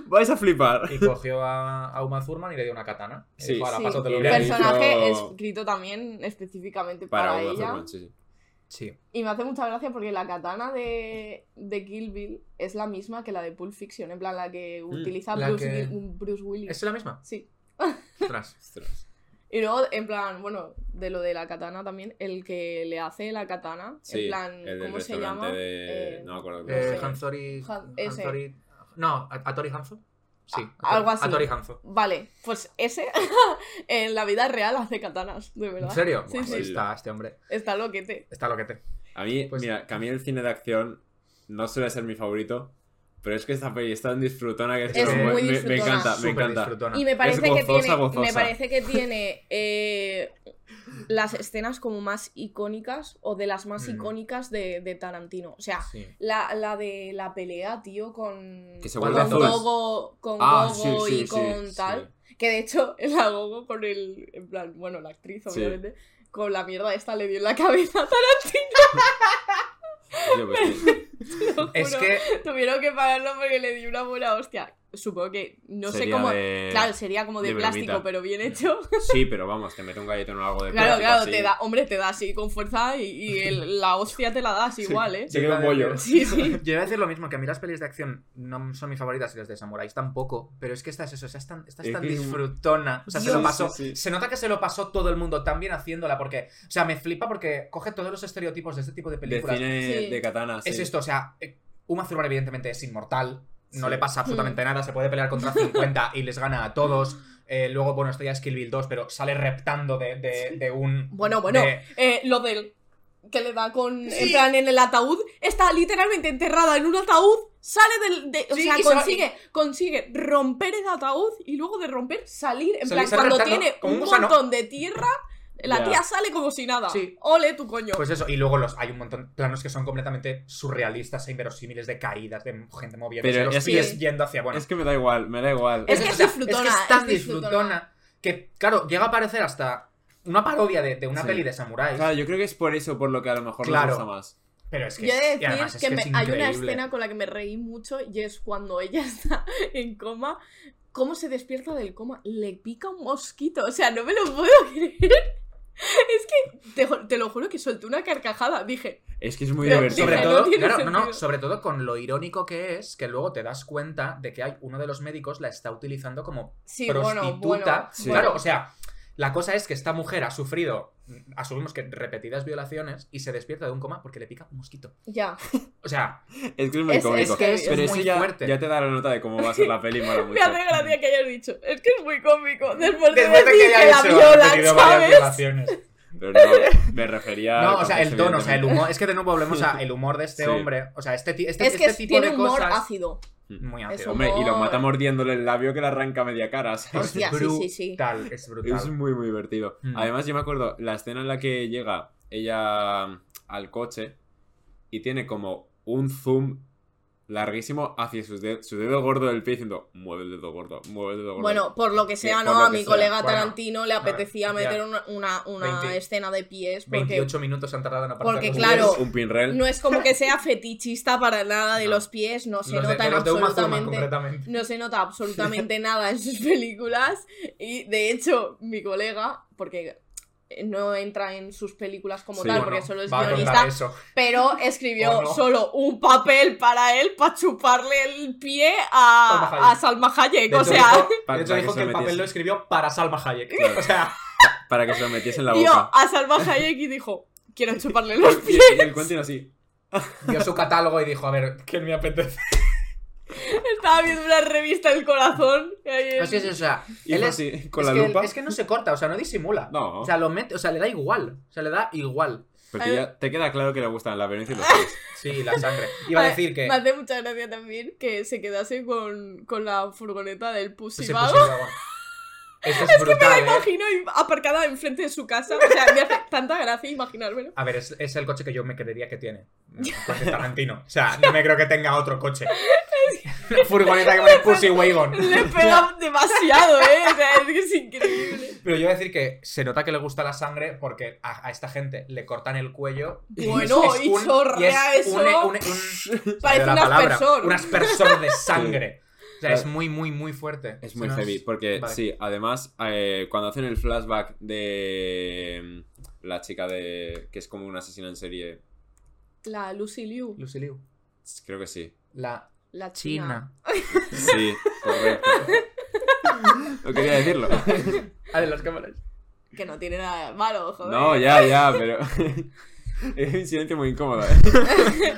Vais a flipar. Y cogió a, a Uma Thurman y le dio una katana. Y Sí. dijo, "Ala, Sí, pásatelo y el bien". le personaje hizo- escrito también específicamente Para para, Uma ella. Thurman, sí, sí. Sí. Y me hace mucha gracia porque la katana de, de Kill Bill es la misma que la de Pulp Fiction, en plan la que utiliza la Bruce, que- Will- Bruce Willis. ¿Es la misma? Sí. Ostras. Ostras. Y luego, en plan, bueno, de lo de la katana también, el que le hace la katana, Sí, en plan, el del ¿cómo se restaurante llama? de... Eh, No me acuerdo. no cómo se Eh, sé. llama. Hanzori... Han- ese. Hanzori... No, ¿A- ¿Atori Hanzo? Sí. A- algo así. Atori Hanzo. Vale, pues ese en la vida real hace katanas, de verdad. ¿En serio? Sí, Buah, sí. pues está este hombre. Está loquete. Está loquete. A mí, Pues- mira, que a mí el cine de acción no suele ser mi favorito, pero es que esta peli es tan disfrutona que es, Es como- muy me, me disfrutona. encanta, me Súper encanta. disfrutona. Y me parece que gozosa, tiene. gozosa. Me parece que tiene eh, las escenas como más icónicas o de las más Mm. icónicas de, de Tarantino. O sea, Sí. la, la de la pelea, tío, con. Que se vuelve con azul. Gogo, con Ah, Gogo sí, sí, y sí, con sí. tal. Que de hecho, la Gogo con el. En plan, bueno, la actriz, Sí. obviamente. Con la mierda esta le dio en la cabeza a Tío, pues que Tarantino. Es juro. que... Tuvieron que pararlo porque le dio una buena hostia. Supongo que. No sé sería cómo. de- Claro, sería como de, de plástico, bromita. pero bien hecho. Sí, pero vamos, te mete un galletón o algo de Claro, plástico claro, así. te da, hombre, te da así con fuerza y, y el- la hostia te la das igual, ¿eh? Se queda un bollo. Sí, sí. Yo iba a decir lo mismo, que a mí las pelis de acción no son mis favoritas y las de samuráis tampoco, pero es que esta es eso, o sea, es tan, esta es Es tan que es un- disfrutona. O sea, se Dios. lo pasó. Sí, sí. Se nota que se lo pasó todo el mundo tan bien haciéndola, porque, o sea, me flipa porque coge todos los estereotipos de este tipo de De películas. cine Sí. de katana, sí. Es esto, o sea, eh, Uma Thurman evidentemente es inmortal, no Sí. le pasa absolutamente nada, se puede pelear contra cincuenta y les gana a todos. Eh, luego, bueno, esto ya es Kill Bill dos, pero sale reptando de, de, de un... Bueno, bueno, de- eh, lo del que le da con. En Sí. plan, en el ataúd. Está literalmente enterrada en un ataúd. Sale del. de- o Sí, sea, y se va- consigue, consigue romper el ataúd y luego de romper salir. En Salir- plan, sale cuando reptando tiene como un un gusano. montón de tierra, la Ya. tía sale como si nada. Sí. Ole tu coño. Pues eso, y luego los hay un montón de planos que son completamente surrealistas e inverosímiles de caídas, de gente moviéndose, Pero los es pies que- yendo hacia... Bueno, Es que me da igual, me da igual. Es que o es sea, disfrutona, Es que es tan es disfrutona. disfrutona que, claro, llega a parecer hasta una parodia de, de una Sí. peli de samuráis. Claro, yo creo que es por eso por lo que a lo mejor Claro. nos gusta más. Pero es que Yo he de es- y decir además es que, que me- es hay una increíble. escena con la que me reí mucho y es cuando ella está en coma. ¿Cómo se despierta del coma? Le pica un mosquito. O sea, no me lo puedo creer. Es que te, jo- te lo juro que solté una carcajada. Dije, Es que es muy Pero divertido. Sobre Dije, todo, no tiene claro, no, no, sentido. sobre todo con lo irónico que es que luego te das cuenta de que hay uno de los médicos la está utilizando como sí, prostituta. bueno, bueno. Sí. Claro, o sea, la cosa es que esta mujer ha sufrido, asumimos que repetidas violaciones y se despierta de un coma porque le pica un mosquito. Ya. O sea, Es que es muy Es- cómico. es que es pero eso muy ya, fuerte. ya te da la nota de cómo va a ser la peli, mola mucho. Me hace gracia que hayas dicho. Es que es muy cómico. Después de después de decir que que, haya la hecho, violan, repetido varias ¿sabes? violaciones. Pero no, me refería. No, al o sea, el contexto, tono, o sea, el evidentemente. humor. Es que de nuevo volvemos a el humor de este Sí. hombre. O sea, este, ti- este, Es que este es- tipo tiene de humor cosas. ácido. Muy Es ácido. Hombre, y lo humor- mata mordiéndole el labio que le arranca media cara. ¿sabes? Hostia, sí, sí, sí. brutal, es brutal. Es muy, muy divertido. Mm. Además, yo me acuerdo la escena en la que llega ella al coche y tiene como un zoom larguísimo hacia sus ded- su dedo gordo del pie diciendo mueve el dedo gordo, mueve el dedo gordo. Bueno, por lo que sea, por ¿no? lo A que mi sea. colega Bueno, Tarantino le apetecía ya. meter una, una, una veinte escena de pies porque veintiocho minutos han tardado en aparecer Porque, los claro, dedos. un pinrel. no es como que sea fetichista para nada de No. los pies, no se Los de- nota en los de Uma Thurman, absolutamente concretamente. no se nota absolutamente nada en sus películas y de hecho mi colega, porque no entra en sus películas como Sí. tal, Bueno, porque solo es va a contar guionista, eso. pero escribió ¿O no? solo un papel para él para chuparle el pie a, Salma Hayek. a Salma Hayek, De o hecho, sea, dijo, Pa- de hecho para dijo que que se el lo papel metiese. lo escribió para Salma Hayek. Claro. O sea, Para que se lo metiese en la dio boca. a Salma Hayek y dijo, quiero chuparle los Y, pies. y el Quentin así. vio su catálogo y dijo, a ver, ¿quién me apetece? Estaba viendo una revista del corazón. y ahí en- Pues sí, sí, o sea, Y él fue es, así, con es la que, lupa. es que no se corta, o sea, no disimula. No. O sea, lo mete, o sea, le da igual. O sea, le da igual. Porque ya te queda claro que le gustan la violencia y los pies. Sí, la sangre. Iba a decir que. Me hace mucha gracia también que se quedase con, con la furgoneta del Pussy ese Vago. Pussy Wagon. Esto es, brutal, Me ¿eh? imagino aparcada enfrente de su casa. O sea, me hace tanta gracia imaginármelo. A ver, es, es el coche que yo me creería que tiene. Quentin Tarantino. O sea, no me creo que tenga otro coche. Una furgoneta que pone Pussy Wagon. Le pega demasiado, ¿eh? O sea, es que es increíble. Pero yo voy a decir que se nota que le gusta la sangre porque a, a esta gente le cortan el cuello. Bueno, y un- chorrea y es eso. un, un, un- Parece la un palabra, aspersor. un aspersor de sangre. O sea, es muy, muy, muy fuerte. Es muy Si no heavy, porque Vale. sí, además, eh, cuando hacen el flashback de mm, la chica de que es como una asesina en serie, La Lucy Liu, Lucy Liu. creo que sí. La la china. China. Sí, correcto. No quería decirlo. Ah, de las cámaras. Que no tiene nada de malo, joder. No, ya, ya, pero... Es un silencio muy incómodo, ¿eh?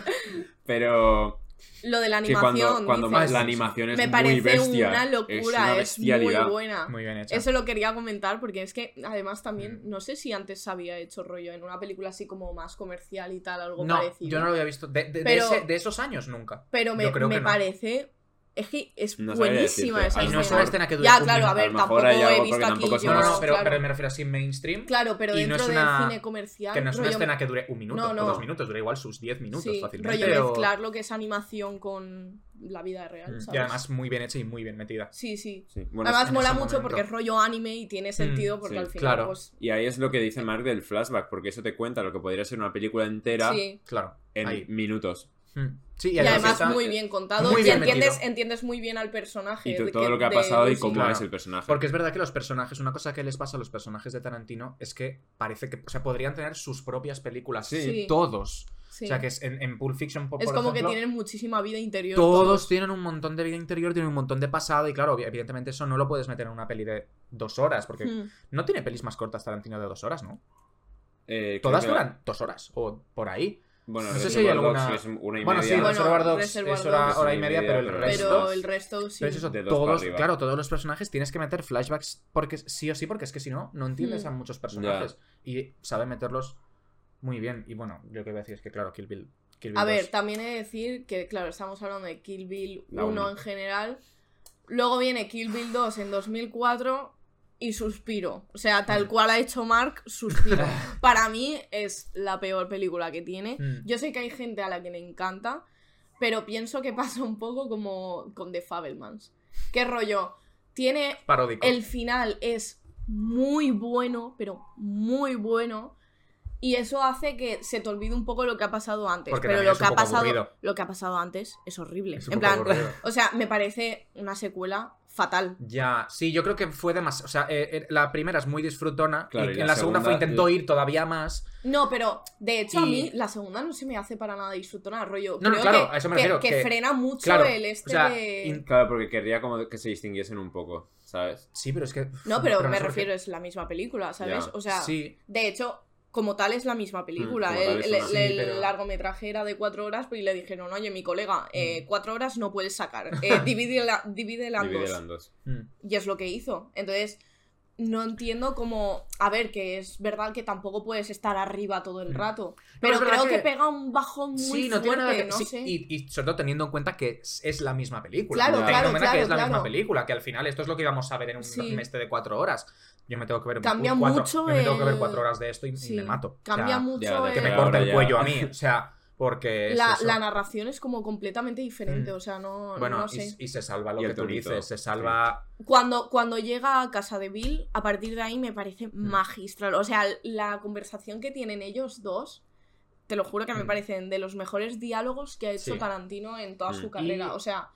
Pero... Lo de la Que animación, cuando, cuando dices, más la animación es me muy parece bestia. una es, locura, una es, bestialidad. muy buena. Muy bien hecha. Eso lo quería comentar porque es que además también, Mm. no sé si antes se había hecho rollo en una película así como más comercial y tal, algo No, parecido. yo no lo había visto. De, de- de Pero- ese- de esos años nunca. Pero me, Yo creo me que no. parece... Es que es No sabría buenísima decirte. esa A Y lo no es escena. una escena que dure Ya, un claro, a minuto. ver, A lo mejor tampoco hay algo he porque visto aquí tampoco es yo... No, una- no, no, pero, claro. pero me refiero así mainstream. Claro, pero y no dentro es del una- cine comercial... Que no es una rollo- escena que dure un minuto No, o no. dos minutos, dura igual sus diez minutos Sí, fácilmente. rollo o- mezclar lo que es animación con la vida real, Mm, ¿sabes? Y además muy bien hecha y muy bien metida. Sí, sí. Sí, bueno, Además en mola ese mucho momento. porque es rollo anime y tiene sentido porque sí, al final, claro. pues... y ahí es lo que dice Mark del flashback, porque eso te cuenta lo que podría ser una película entera Sí. Claro. en ahí. minutos. Mm. Sí, Y además está- muy bien contado muy y bien entiendes, metido. entiendes muy bien al personaje. Y tú- de todo que- lo que ha de pasado y Lucy. cómo Claro. es el personaje. Porque es verdad que los personajes, una cosa que les pasa a los personajes de Tarantino es que parece que, o sea, podrían tener sus propias películas. Sí. Sí. Todos. Sí. O sea, que es en, en Pulp Fiction, por, Es por como ejemplo, que tienen muchísima vida interior. todos tienen un montón de vida interior, tienen un montón de pasado y claro, evidentemente eso no lo puedes meter en una peli de dos horas, porque Hmm. no tiene pelis más cortas Tarantino de dos horas, ¿no? Eh, creo Todas que- duran dos horas o por ahí. Bueno, No sé si hay Reservoir Dogs alguna- es una y Bueno, sí, media. Bueno, Reservoir Dogs Reservoir es hora, Dogs hora y sí, media, media, pero el pero resto... Pero el resto sí. Pero es eso, De dos para todos, arriba. claro, todos los personajes tienes que meter flashbacks porque sí o sí, porque es que si no, no entiendes Hmm. a muchos personajes. Y sabe meterlos muy bien. Y bueno, yo lo que voy a decir es que, claro, Kill Bill. Kill Bill A ver, dos. también he de decir que, claro, estamos hablando de Kill Bill La uno uno. en general. Luego viene Kill Bill dos en dos mil cuatro y Suspiro. O sea, tal Mm. cual ha hecho Mark, Suspiro. Para mí es la peor película que tiene. Mm. Yo sé que hay gente a la que le encanta, pero pienso que pasa un poco como con The Fabelmans. ¿Qué rollo? Tiene... Paródico. El final es muy bueno, pero muy bueno. Y eso hace que se te olvide un poco lo que ha pasado antes. Porque pero también lo es que un ha poco pasado, aburrido. lo que ha pasado antes es horrible. Es un En poco plan, aburrido. o sea, me parece una secuela fatal. Ya, sí, yo creo que fue demasiado. O sea, eh, eh, la primera es muy disfrutona. Claro, y y en la la segunda, fue segunda- intentó ir todavía más. No, pero de hecho a Y- mí la segunda no se me hace para nada disfrutona, rollo. No, no, Creo claro, que, a eso me que- refiero, que que- frena mucho claro, el este o sea, de... in- Claro, porque querría como que se distinguiesen un poco, ¿sabes? Sí, pero es que. No, pero, no me sé por qué. refiero, es la misma película, ¿sabes? Ya. O sea, Sí, de hecho, como tal es la misma película. Mm, como tal el es el- una- el- Sí, el pero- largometraje era de cuatro horas, pero y le dijeron, oye, mi colega, eh, Mm. cuatro horas no puedes sacar. Eh, divídela, divídela en dos. Divídela en dos. mm. Y es lo que hizo. Entonces, no entiendo cómo... A ver, que es verdad que tampoco puedes estar arriba todo el Mm. rato. No, Pero es verdad creo que... que- pega un bajón muy Sí, no fuerte, tiene nada que no sí, sé. y, y sobre todo teniendo en cuenta que es, es la misma película. Claro, Teniendo claro, en cuenta que claro, es la misma claro. película, que al final esto es lo que íbamos a ver en un Sí. este de cuatro horas. Yo me tengo que ver Cambia un cuatro, mucho yo me tengo que ver el- cuatro horas de esto y, y Sí. me mato. O Cambia sea, mucho ya, de que me el- Ahora corta el ya- cuello a mí. O sea, porque es La, eso. la narración es como completamente diferente, Mm. o sea, no, Bueno, no y, sé. y se salva lo Y el que tú tonito, dices, se salva... Cuando, cuando llega a casa de Bill, a partir de ahí me parece Mm. magistral. O sea, la conversación que tienen ellos dos, te lo juro que me Mm. parecen de los mejores diálogos que ha hecho Sí. Tarantino en toda Mm. su carrera. Y- O sea,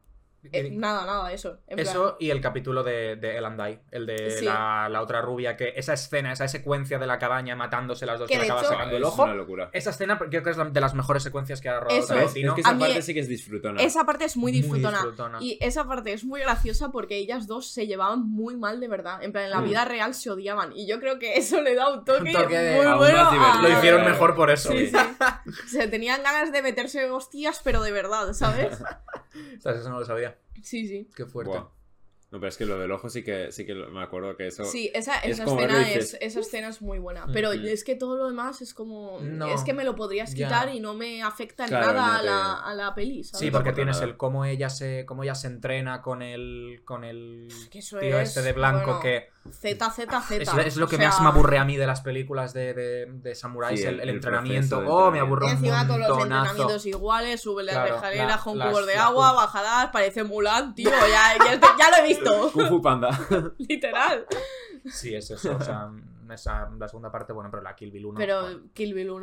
eh, nada, nada, eso. En Eso y el capítulo de, de El and I, el de Sí. la, la otra rubia, que esa escena, esa secuencia de la cabaña matándose las dos Que que le de acaba hecho- sacando el Es ojo. una locura. Esa escena creo que es la- de las mejores secuencias que ha rodado Eso. Es, Tarantino. es que A esa mí- parte sí que es disfrutona. plan, esa parte es muy disfrutona. disfrutona. Y esa parte es muy graciosa porque ellas dos se llevaban muy mal de verdad. En plan, en la Mm. vida real se odiaban. Y yo creo que eso le da un toque, Un toque de- muy aún bueno. más a- divertido. Lo hicieron Claro. mejor por eso. Sí, sí. Se tenían ganas de meterse hostias, pero de verdad, ¿sabes? ¿Sabes? Eso no lo sabía. Sí, sí. Qué fuerte. Buah. No, pero es que lo del ojo sí que, sí que lo- me acuerdo que eso... Sí, esa, es esa como escena verlo y dices, es, esa escena es muy buena. Pero Mm. es que todo lo demás es como. No. Es que me lo podrías Ya. quitar y no me afecta en Claro, nada no a, te- la, a la peli, ¿sabes? Sí, no porque aporta tienes nada. el cómo ella se cómo ella se entrena con el con el Que eso tío es, este de blanco bueno, que Z, Z, Z. es, es lo que o sea, más me aburre a mí de las películas de, de, de samuráis, Sí, el, el- el el entrenamiento. proceso de Oh, me entrenamiento. aburre Y un encima todos los montonazo. entrenamientos iguales, sube las Claro, escaleras la- con las- cubos de las agua, cu- bajadas, parece Mulan, tío, ya, ya, estoy- ya lo he visto, Kung Fu Panda. literal. Sí, es eso. O sea, esa, la segunda parte, bueno, pero la Kill Bill uno. Pero bueno. Kill Bill uno,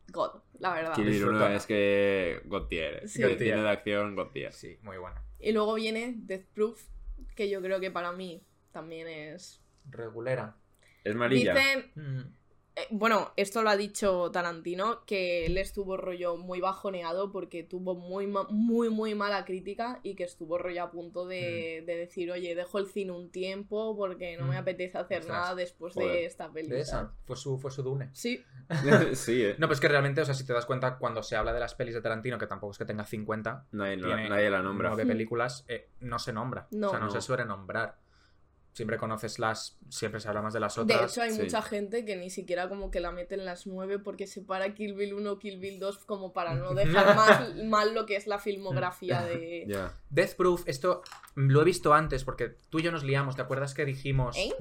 God, la verdad. Kill Bill uno Disfrutona. es que God tier. Sí. Que God tier. tiene de acción, God tier. Sí, muy bueno. Y luego viene Death Proof, que yo creo que para mí también es... Regulera. Es malilla. Dicen... Mm. eh, bueno, esto lo ha dicho Tarantino, que él estuvo rollo muy bajoneado porque tuvo muy, ma- muy, muy mala crítica y que estuvo rollo a punto de, de decir, oye, dejo el cine un tiempo porque no me Mm. apetece hacer Ostras. nada después Joder. de esta peli. De ¿sabes? esa. Fue su, fue su Dune. Sí, Sí, eh. No, pues que realmente, o sea, si te das cuenta, cuando se habla de las pelis de Tarantino, que tampoco es que tenga cincuenta, Nadie, no- tiene nadie la nombra. nueve Mm. películas, eh, no se nombra. No. O sea, no, No. se suele nombrar. Siempre conoces las... Siempre se habla más de las de otras. hecho hay sí. mucha gente que ni siquiera como que la mete en las nueve porque separa Kill Bill uno, Kill Bill dos como para no dejar más mal lo que es la filmografía de... Ya. Death Proof, esto lo he visto antes porque tú y yo nos liamos. ¿Te acuerdas que dijimos... ¿Eh?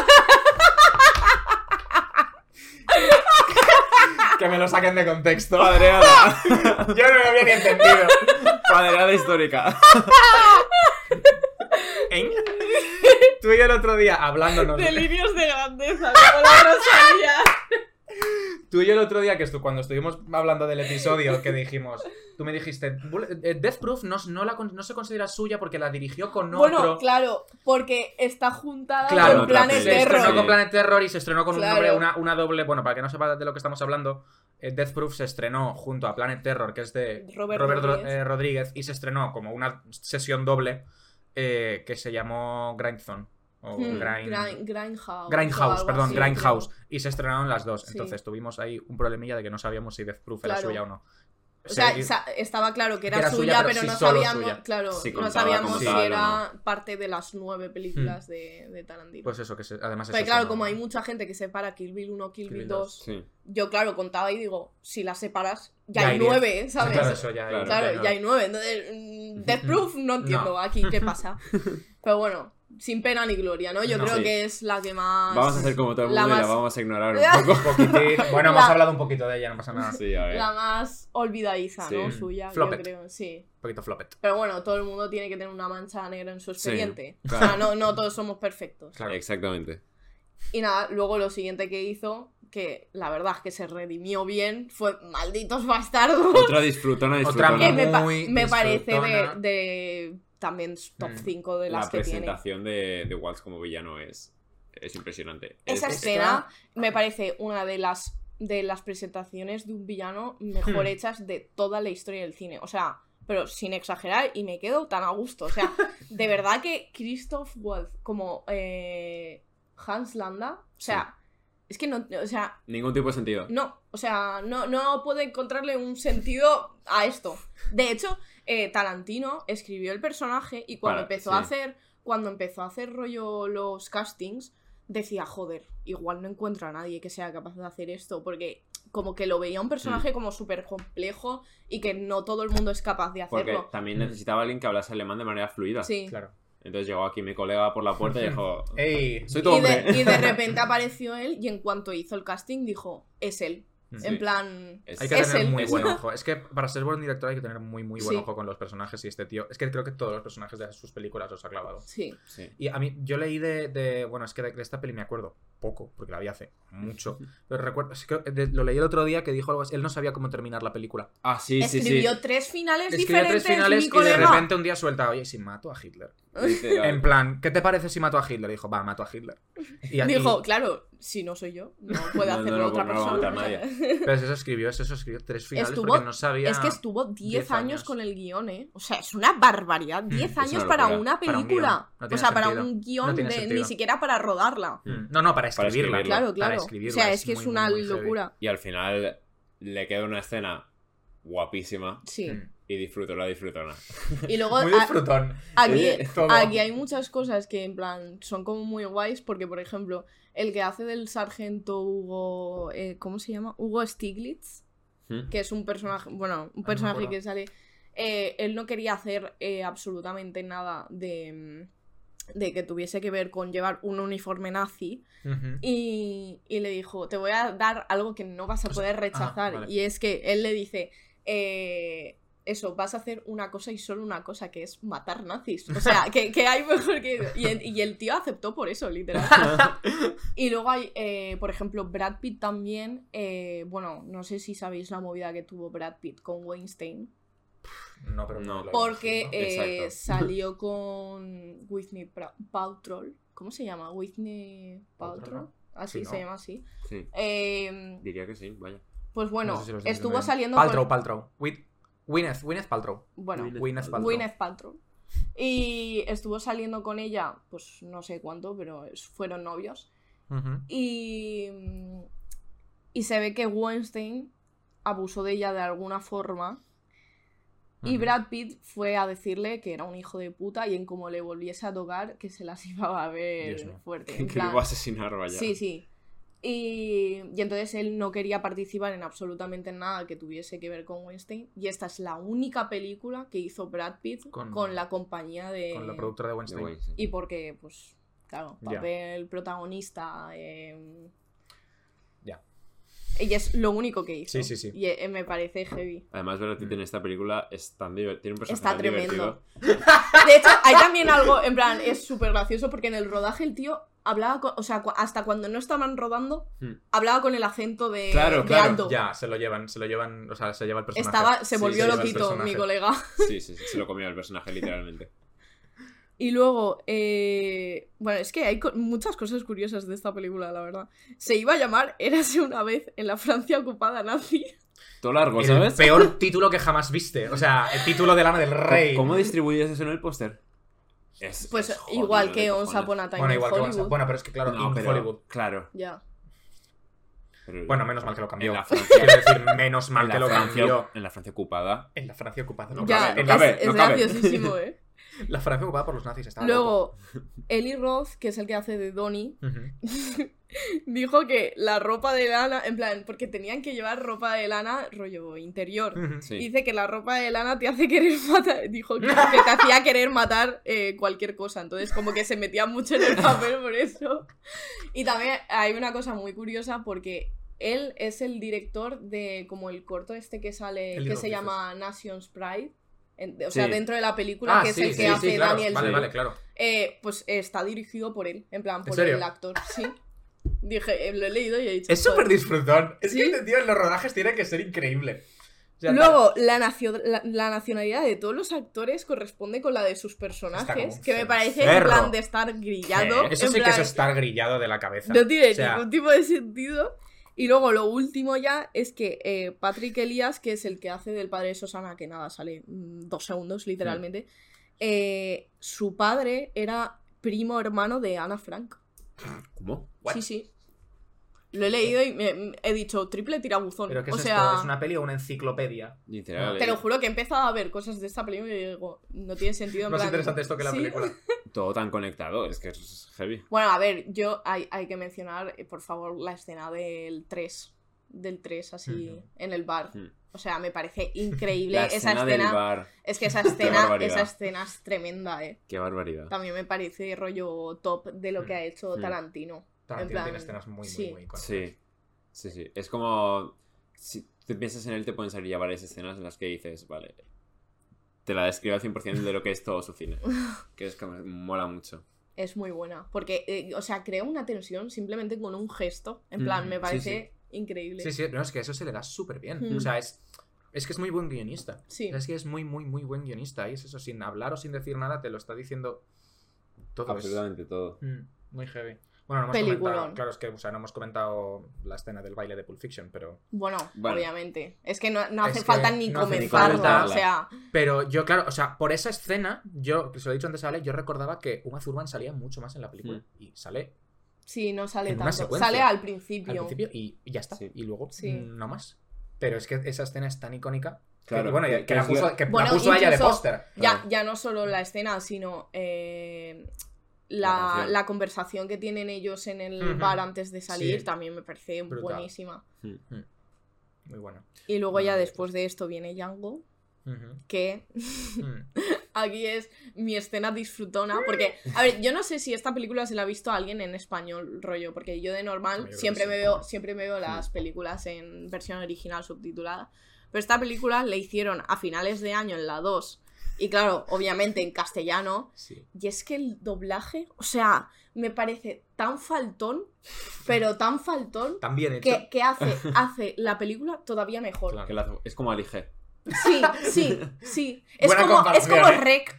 Que me lo saquen de contexto. Padreada. Yo no lo había ni entendido. Padreada histórica. ¿Eh? Tú y yo el otro día hablándonos... Delirios de grandeza, como la Rosalía. Tú y yo el otro día, que estu cuando estuvimos hablando del episodio, que dijimos... Tú me dijiste, "Bull- eh, Death Proof no, no, la, con- no se considera suya porque la dirigió con Bueno, otro... claro, porque está juntada Claro, con Planet otra se peli. estrenó Terror. con Planet Terror y se estrenó con un Claro. nombre, una, una doble... Bueno, para que no sepa de lo que estamos hablando, eh, Death Proof se estrenó junto a Planet Terror, que es de Robert Robert, Ro- Rodríguez. eh, Rodríguez, y se estrenó como una sesión doble eh, que se llamó Grindzone. O Hmm, Grind... Grind- Grindhouse. o Grindhouse, algo perdón, así, Grindhouse. creo. Y se estrenaron las dos. Sí. Entonces tuvimos ahí un problemilla de que no sabíamos si Death Proof era Claro. suya o no. O sea, Sí, sa- estaba claro que era, que era suya, suya, pero pero, sí no solo sabíamos, suya. claro, Si no contaba sabíamos como si tal o era parte de las nueve películas Hmm. de, de Tarantino. pues eso, que se- además Pero eso claro, se como no- hay mucha gente que separa Kill Bill uno, Kill, Kill Bill Bill dos, Sí. yo claro, contaba y digo, si las separas, ya, Ya hay hay diez. nueve, ¿sabes? Claro, eso ya hay- Claro. Claro, ya ya hay nueve. Entonces, mm, Death Proof no entiendo No. aquí qué pasa. Pero bueno, sin pena ni gloria, ¿no? Yo No. creo Sí. que es la que más... Vamos a hacer como todo el la mundo y más- la vamos a ignorar un Un poco. poquitín. Bueno, hemos La- hablado un poquito de ella, no pasa nada. Sí, a ver. La más olvidadiza, ¿no? Sí. Suya, Floppet. yo creo, sí. Un poquito floppet. Pero bueno, todo el mundo tiene que tener una mancha negra en su Sí, expediente. claro. O sea, no, no todos somos perfectos. Claro. Exactamente. Y nada, luego lo siguiente que hizo, que la verdad es que se redimió bien, fue Malditos Bastardos. Otra disfrutona, Otra disfrutona. que me, pa- muy me parece de, disfrutona. de también top Mm. cinco de La las que tiene. presentación de, de Waltz como villano es, es impresionante. Esa Es- escena me parece una de las, de las presentaciones de un villano mejor Hmm. hechas de toda la historia del cine. O sea, pero sin exagerar, y me quedo tan a gusto. O sea, de verdad que Christoph Waltz como eh, Hans Landa, o sea, es que no, o sea, Ningún tipo de sentido. no, o sea, no, no puedo encontrarle un sentido a esto. De hecho, eh, Tarantino escribió el personaje y cuando Para- empezó sí. a hacer, cuando empezó a hacer rollo los castings, decía, joder, igual no encuentro a nadie que sea capaz de hacer esto, porque como que lo veía un Mm. personaje como súper complejo y que no todo el mundo es capaz de Porque hacerlo. también Mm. necesitaba alguien que hablase alemán de manera fluida. Sí. Claro. Entonces llegó aquí mi colega por la puerta y dijo: ¡Ey! Soy tu Y hombre. de, y de repente apareció él y en cuanto hizo el casting dijo, es él. Sí. En plan, Es- Hay que es tener él. muy Es buen él. ojo. Es que para ser buen director hay que tener muy, muy buen Sí. ojo con los personajes y este tío. Es que creo que todos los personajes de sus películas los ha clavado. Sí. Sí. Y a mí, yo leí de. de- bueno, es que de, de esta peli me acuerdo poco, porque la vi hace mucho. Pero recuerdo. es que de- lo leí el otro día que dijo algo así. Él no sabía cómo terminar la película. Ah, sí, sí, sí. Escribió tres finales Escribió diferentes, tres finales mi y de colega. repente un día suelta, oye, si mato a Hitler. Literal. En plan, ¿qué te parece si mato a Hitler? Y dijo, va, mato a Hitler. Y aquí, Dijo, claro, si no soy yo, no puede No, no hacerlo lo- otra no lo va a persona. matar nadie. pues eso escribió, eso, eso escribió tres finales Estuvo- porque no sabía. Es que estuvo diez diez años años. con el guión, ¿eh? O sea, es una barbaridad. diez es años una para locura. una Para un película. guión. No o tiene sea, para sentido. un No guión, tiene de, sentido. ni siquiera para rodarla. Mm, No, no, para Para escribirla. escribirla. Claro, Para claro. O escribirla, sea, es que muy, es una muy, muy heavy. locura. Y al final le queda una escena guapísima Sí. Mm. y disfruto la disfrutona. Y luego Muy a- disfrutón. aquí, Eh, todo. aquí hay muchas cosas que en plan son como muy guays porque, por ejemplo, el que hace del sargento Hugo... eh, ¿Cómo se llama? Hugo Stiglitz. ¿Mm? Que es un personaje, bueno, un me personaje acuerdo. que sale, eh, él no quería hacer eh, absolutamente nada de, de que tuviese que ver con llevar un uniforme nazi Ujú. y, y le dijo, te voy a dar algo que no vas a O sea, poder ah, rechazar, vale. y es que él le dice, eh, eso, vas a hacer una cosa y solo una cosa, que es matar nazis. O sea, que, que hay mejor que eso. Y el, y el tío aceptó por eso, literal. Y luego hay, eh, por ejemplo, Brad Pitt también. Eh, bueno, no sé si sabéis la movida que tuvo Brad Pitt con Weinstein. No, pero no. No. Porque ¿no? eh, Exacto. salió con Whitney Pra- Paltrow. ¿Cómo se llama? Whitney Paltrow, Paltrow. ¿no? Así Sí, se ¿no? llama así. Sí, Eh, diría que sí, vaya. pues bueno, No sé si lo estoy estuvo diciendo bien. saliendo Paltrow, con... Paltrow. Win- Gwyneth, Gwyneth Paltrow. Bueno, Gwyneth Gwyneth Paltrow. Paltrow. Gwyneth Paltrow. Y estuvo saliendo con ella, pues no sé cuánto, pero es- fueron novios. Ujú. Y, y se ve que Weinstein abusó de ella de alguna forma. Y Ujú. Brad Pitt fue a decirle que era un hijo de puta y en como le volviese a tocar, que se las iba a ver Dios mío. fuerte. Que En lo plan- iba a asesinar, vaya. Sí, sí. Y, y entonces él no quería participar en absolutamente nada que tuviese que ver con Weinstein. Y esta es la única película que hizo Brad Pitt Con- con, la compañía de... Con la productora de De Weinstein. Weinstein. Y porque, pues, claro, Ya. papel protagonista. eh, Ya. Y es lo único que hizo. Sí, sí, sí. Y eh, me parece heavy. Además, Brad Pitt en esta película es tan diver- tiene un personaje Está tan tremendo. divertido. De hecho, hay también algo, en plan, es súper gracioso porque en el rodaje el tío hablaba, con- o sea, cu- hasta cuando no estaban rodando, Hmm. hablaba con el acento de, Claro, de claro, alto. Ya, se lo llevan, se lo llevan, o sea, se lleva el personaje. Estaba, se Sí, volvió se lleva el loquito mi personaje. colega. Sí, sí, sí, se lo comió el personaje, literalmente. Y luego, eh, bueno, es que hay co- muchas cosas curiosas de esta película, la verdad. Se iba a llamar Érase una vez en la Francia ocupada nazi. Todo largo, El ¿sabes? peor título que jamás viste. O sea, el título de Lana del Rey. ¿Cómo distribuyes eso en el póster? Es, Pues es jodido igual de que cojones. Once Upon a Time Bueno, in igual que Hollywood. Once- Bueno, pero es que claro, No, in pero, Hollywood. Claro. Ya. Pero- Bueno, menos mal que lo cambió. En la Francia, Quiero decir, menos mal en que la lo Francia- cambió. En la Francia ocupada. En la Francia ocupada. No, Ya, cabe, no en la- es, cabe, no es cabe. graciosísimo, ¿eh? La Francia ocupada por los nazis. Estaba loco. Luego, Eli Roth, que es el que hace de Donnie, Ujú. dijo que la ropa de lana, en plan, porque tenían que llevar ropa de lana rollo interior. Ujú. Sí. Dice que la ropa de lana te hace querer matar. Dijo que, que te hacía querer matar eh, cualquier cosa. Entonces, como que se metía mucho en el papel por eso. Y también hay una cosa muy curiosa porque él es el director de como el corto este que sale, El que Roth, se dices. llama Nation's Pride. En- o sea, Sí. dentro de la película, Ah, que sí, es el que sí, hace sí, claro. Daniel Vale, Day. vale, claro. Eh, pues eh, está dirigido por él, en plan, por serio? el actor, sí. Dije, eh, lo he leído y he dicho. Es súper "Joder". disfrutón. Es ¿Sí? que este tío en los rodajes tiene que ser increíble. O sea, Luego, la, nacio- la, la nacionalidad de todos los actores corresponde con la de sus Está como personajes, un que me parece en cencerro. plan de estar grillado. ¿qué? Eso en sí que plan, es estar grillado de la cabeza. no tiene O sea, ningún tipo de sentido. Y luego lo último ya es que eh, Patrick Elias, que es el que hace del padre de Susana, que nada, sale mm, dos segundos literalmente, eh, su padre era primo hermano de Ana Frank. ¿Cómo? What? Sí, sí. Lo he leído y me, me- he dicho triple tirabuzón. ¿Pero qué o es sea, esto? ¿Es una peli o una enciclopedia? Literal. te lo eh. juro que he empezado a ver cosas de esta película y digo, no tiene sentido. En Más plan, interesante esto que la ¿sí? película. Todo tan conectado, es que es heavy. Bueno, a ver, yo hay, hay que mencionar, eh, por favor, la escena del tres. Del tres, así, Ujú. en el bar. Hmm. O sea, me parece increíble La esa escena escena. del bar. Es que esa escena, barbaridad. esa escena es tremenda, eh. Qué barbaridad. También me parece rollo top de lo que Mm. ha hecho Mm. Tarantino. Tarantino En plan, tiene escenas muy, muy, sí. muy icónicas. Sí. Sí, sí. Es como. Si te piensas en él, te pueden salir ya varias escenas en las que dices, vale. Te la describo al cien por ciento de lo que es todo su cine. Que es como. Mola mucho. Es muy buena. Porque, eh, o sea, crea una tensión simplemente con un gesto. En plan, Mm, me sí, parece increíble. Sí, sí, no, es que eso se le da súper bien. Mm. O sea, es, es que es muy buen guionista. Sí. O sea, es que es muy, muy, muy buen guionista. Y es eso, sin hablar o sin decir nada, te lo está diciendo todo. Absolutamente todo. Es, mm, muy heavy. Bueno, no hemos Peliculón. comentado, claro, es que, o sea, no hemos comentado la escena del baile de Pulp Fiction, pero... Bueno, Bueno. obviamente. Es que no, no Es hace que falta ni no hace ni comenzarlo. comentarla. O sea, Pero yo, claro, o sea, por esa escena, yo, que se lo he dicho antes a Ale, yo recordaba que Uma Thurman salía mucho más en la película. Mm. Y sale sí, no sale En una tanto. secuencia. Sale al al principio. principio y, y ya está. Sí. Y luego Sí. mm, no más. Pero es que esa escena es tan icónica. Que, Claro, bueno, que- que, la que es puso, la- que la Bueno, puso a ella de incluso- póster. Ya, Claro. ya no solo la escena, sino eh, La la, canción. la conversación que tienen ellos en el Ujú. bar antes de salir Sí. también me parece Brutal. buenísima. Hmm. Muy bueno. Y luego ya Bueno, después de esto viene Django, Ujú. que Mm. aquí es mi escena disfrutona, porque, a ver, yo no sé si esta película se la ha visto a alguien en español, rollo, porque yo de Yo normal creo que siempre sí. me veo siempre me veo las películas en versión original subtitulada, Pero esta película la hicieron a finales de año en la dos. Y claro, obviamente en castellano. Sí. Y es que el doblaje, o sea, me parece tan faltón, pero tan faltón, Tan bien hecho. que, que hace, hace la película todavía mejor. Claro. Que la- es como Ali G. Sí, sí, sí. Es Buena como, es comparación, como ¿eh? Rec.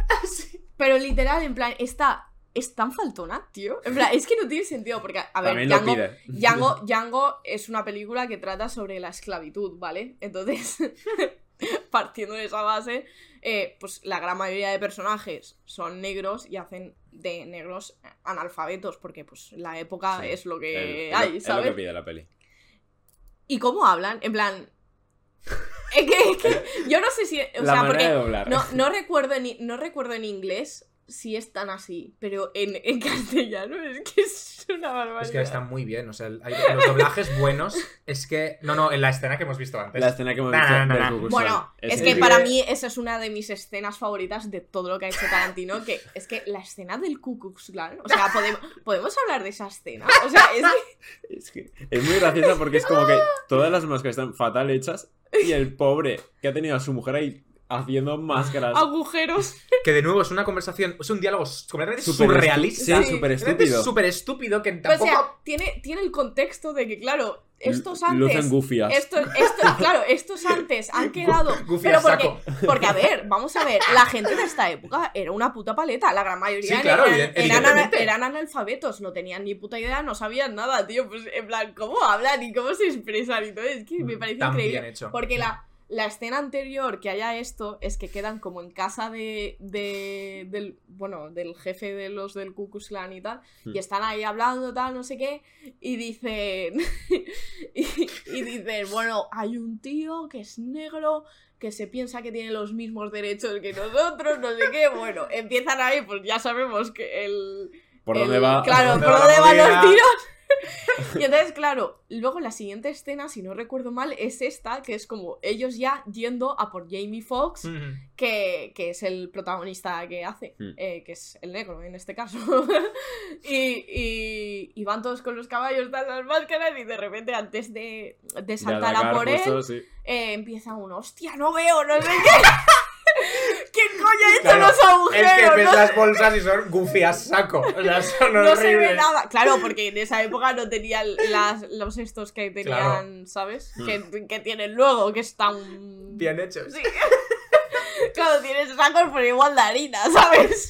Pero literal, en plan, está... Es tan faltona, tío. En plan, es que no tiene sentido, porque, a ver, También lo Django, pide. Django, Django es una película que trata sobre la esclavitud, ¿vale? Entonces, partiendo de esa base, eh, pues la gran mayoría de personajes son negros y hacen de negros analfabetos, porque pues la época Sí. es lo que El- hay, es ¿sabes? lo que pide la peli. ¿Y cómo hablan? En plan... Es que, es que yo no sé si... O la sea, manera porque de doblar. no, no, recuerdo en, no recuerdo en inglés si es tan así, pero en, en castellano es que es una barbaridad. Es que está muy bien, o sea, el- hay- los doblajes buenos es que... No, no, en la escena que hemos visto antes. La escena que hemos Na, visto na, na, del na. Ku Klux Bueno, Klan. es que increíble. para mí esa es una de mis escenas favoritas de todo lo que ha hecho Tarantino, que es que la escena del Ku Klux Klan, o sea, podemos, podemos hablar de esa escena, o sea, es que... Es que es muy graciosa porque es como que todas las máscaras están fatal hechas y el pobre que ha tenido a su mujer ahí haciendo máscaras agujeros. Que de nuevo es una conversación, es un diálogo completamente súper surrealista. estu- Sí. Sí, súper Realmente estúpido. Es súper estúpido que O tampoco... sea, tiene, tiene el contexto de que, claro, estos L- Lucen antes... gufias. Estos, estos, claro, estos antes han quedado... Goofy Pero a porque, saco. porque, a ver, vamos a ver, la gente de esta época era una puta paleta, la gran mayoría Sí, claro, eran, evident- eran, evidentemente. eran analfabetos, no tenían ni puta idea, no sabían nada, tío, pues en plan, ¿cómo hablan y cómo se expresan y todo? Es que me parece Tan increíble. bien hecho. Porque la, la escena anterior que haya esto es que quedan como en casa de, de del, bueno, del jefe de los del Ku Klux Klan y tal, Hmm. y están ahí hablando, tal, no sé qué, y dicen, y, y dicen, bueno, hay un tío que es negro, que se piensa que tiene los mismos derechos que nosotros, no sé qué, bueno, empiezan ahí, pues ya sabemos que el... ¿Por el- dónde va? Claro, ¿Dónde por va la dónde van movida? los tiros. Y entonces, claro, luego la siguiente escena, si no recuerdo mal, es esta, que es como ellos ya yendo a por Jamie Foxx, Ujú. que, que es el protagonista que hace, Mm. eh, que es el negro en este caso. y, y, y van todos con los caballos, dan las máscaras, y de repente, antes de, de De saltar a atacar, por él, justo, sí. eh, empieza uno, hostia, no veo, no sé qué. ¿Quién coño ha hecho Claro, los agujeros? Es que ves No las bolsas y son goofy a saco. O sea, son no se horribles. ve nada. Claro, porque en esa época no tenían las, los estos que tenían, Claro. ¿sabes? Mm. Que, que tienen luego, que están... Bien hechos. Sí. Claro, tienes sacos pero igual de harina, ¿sabes?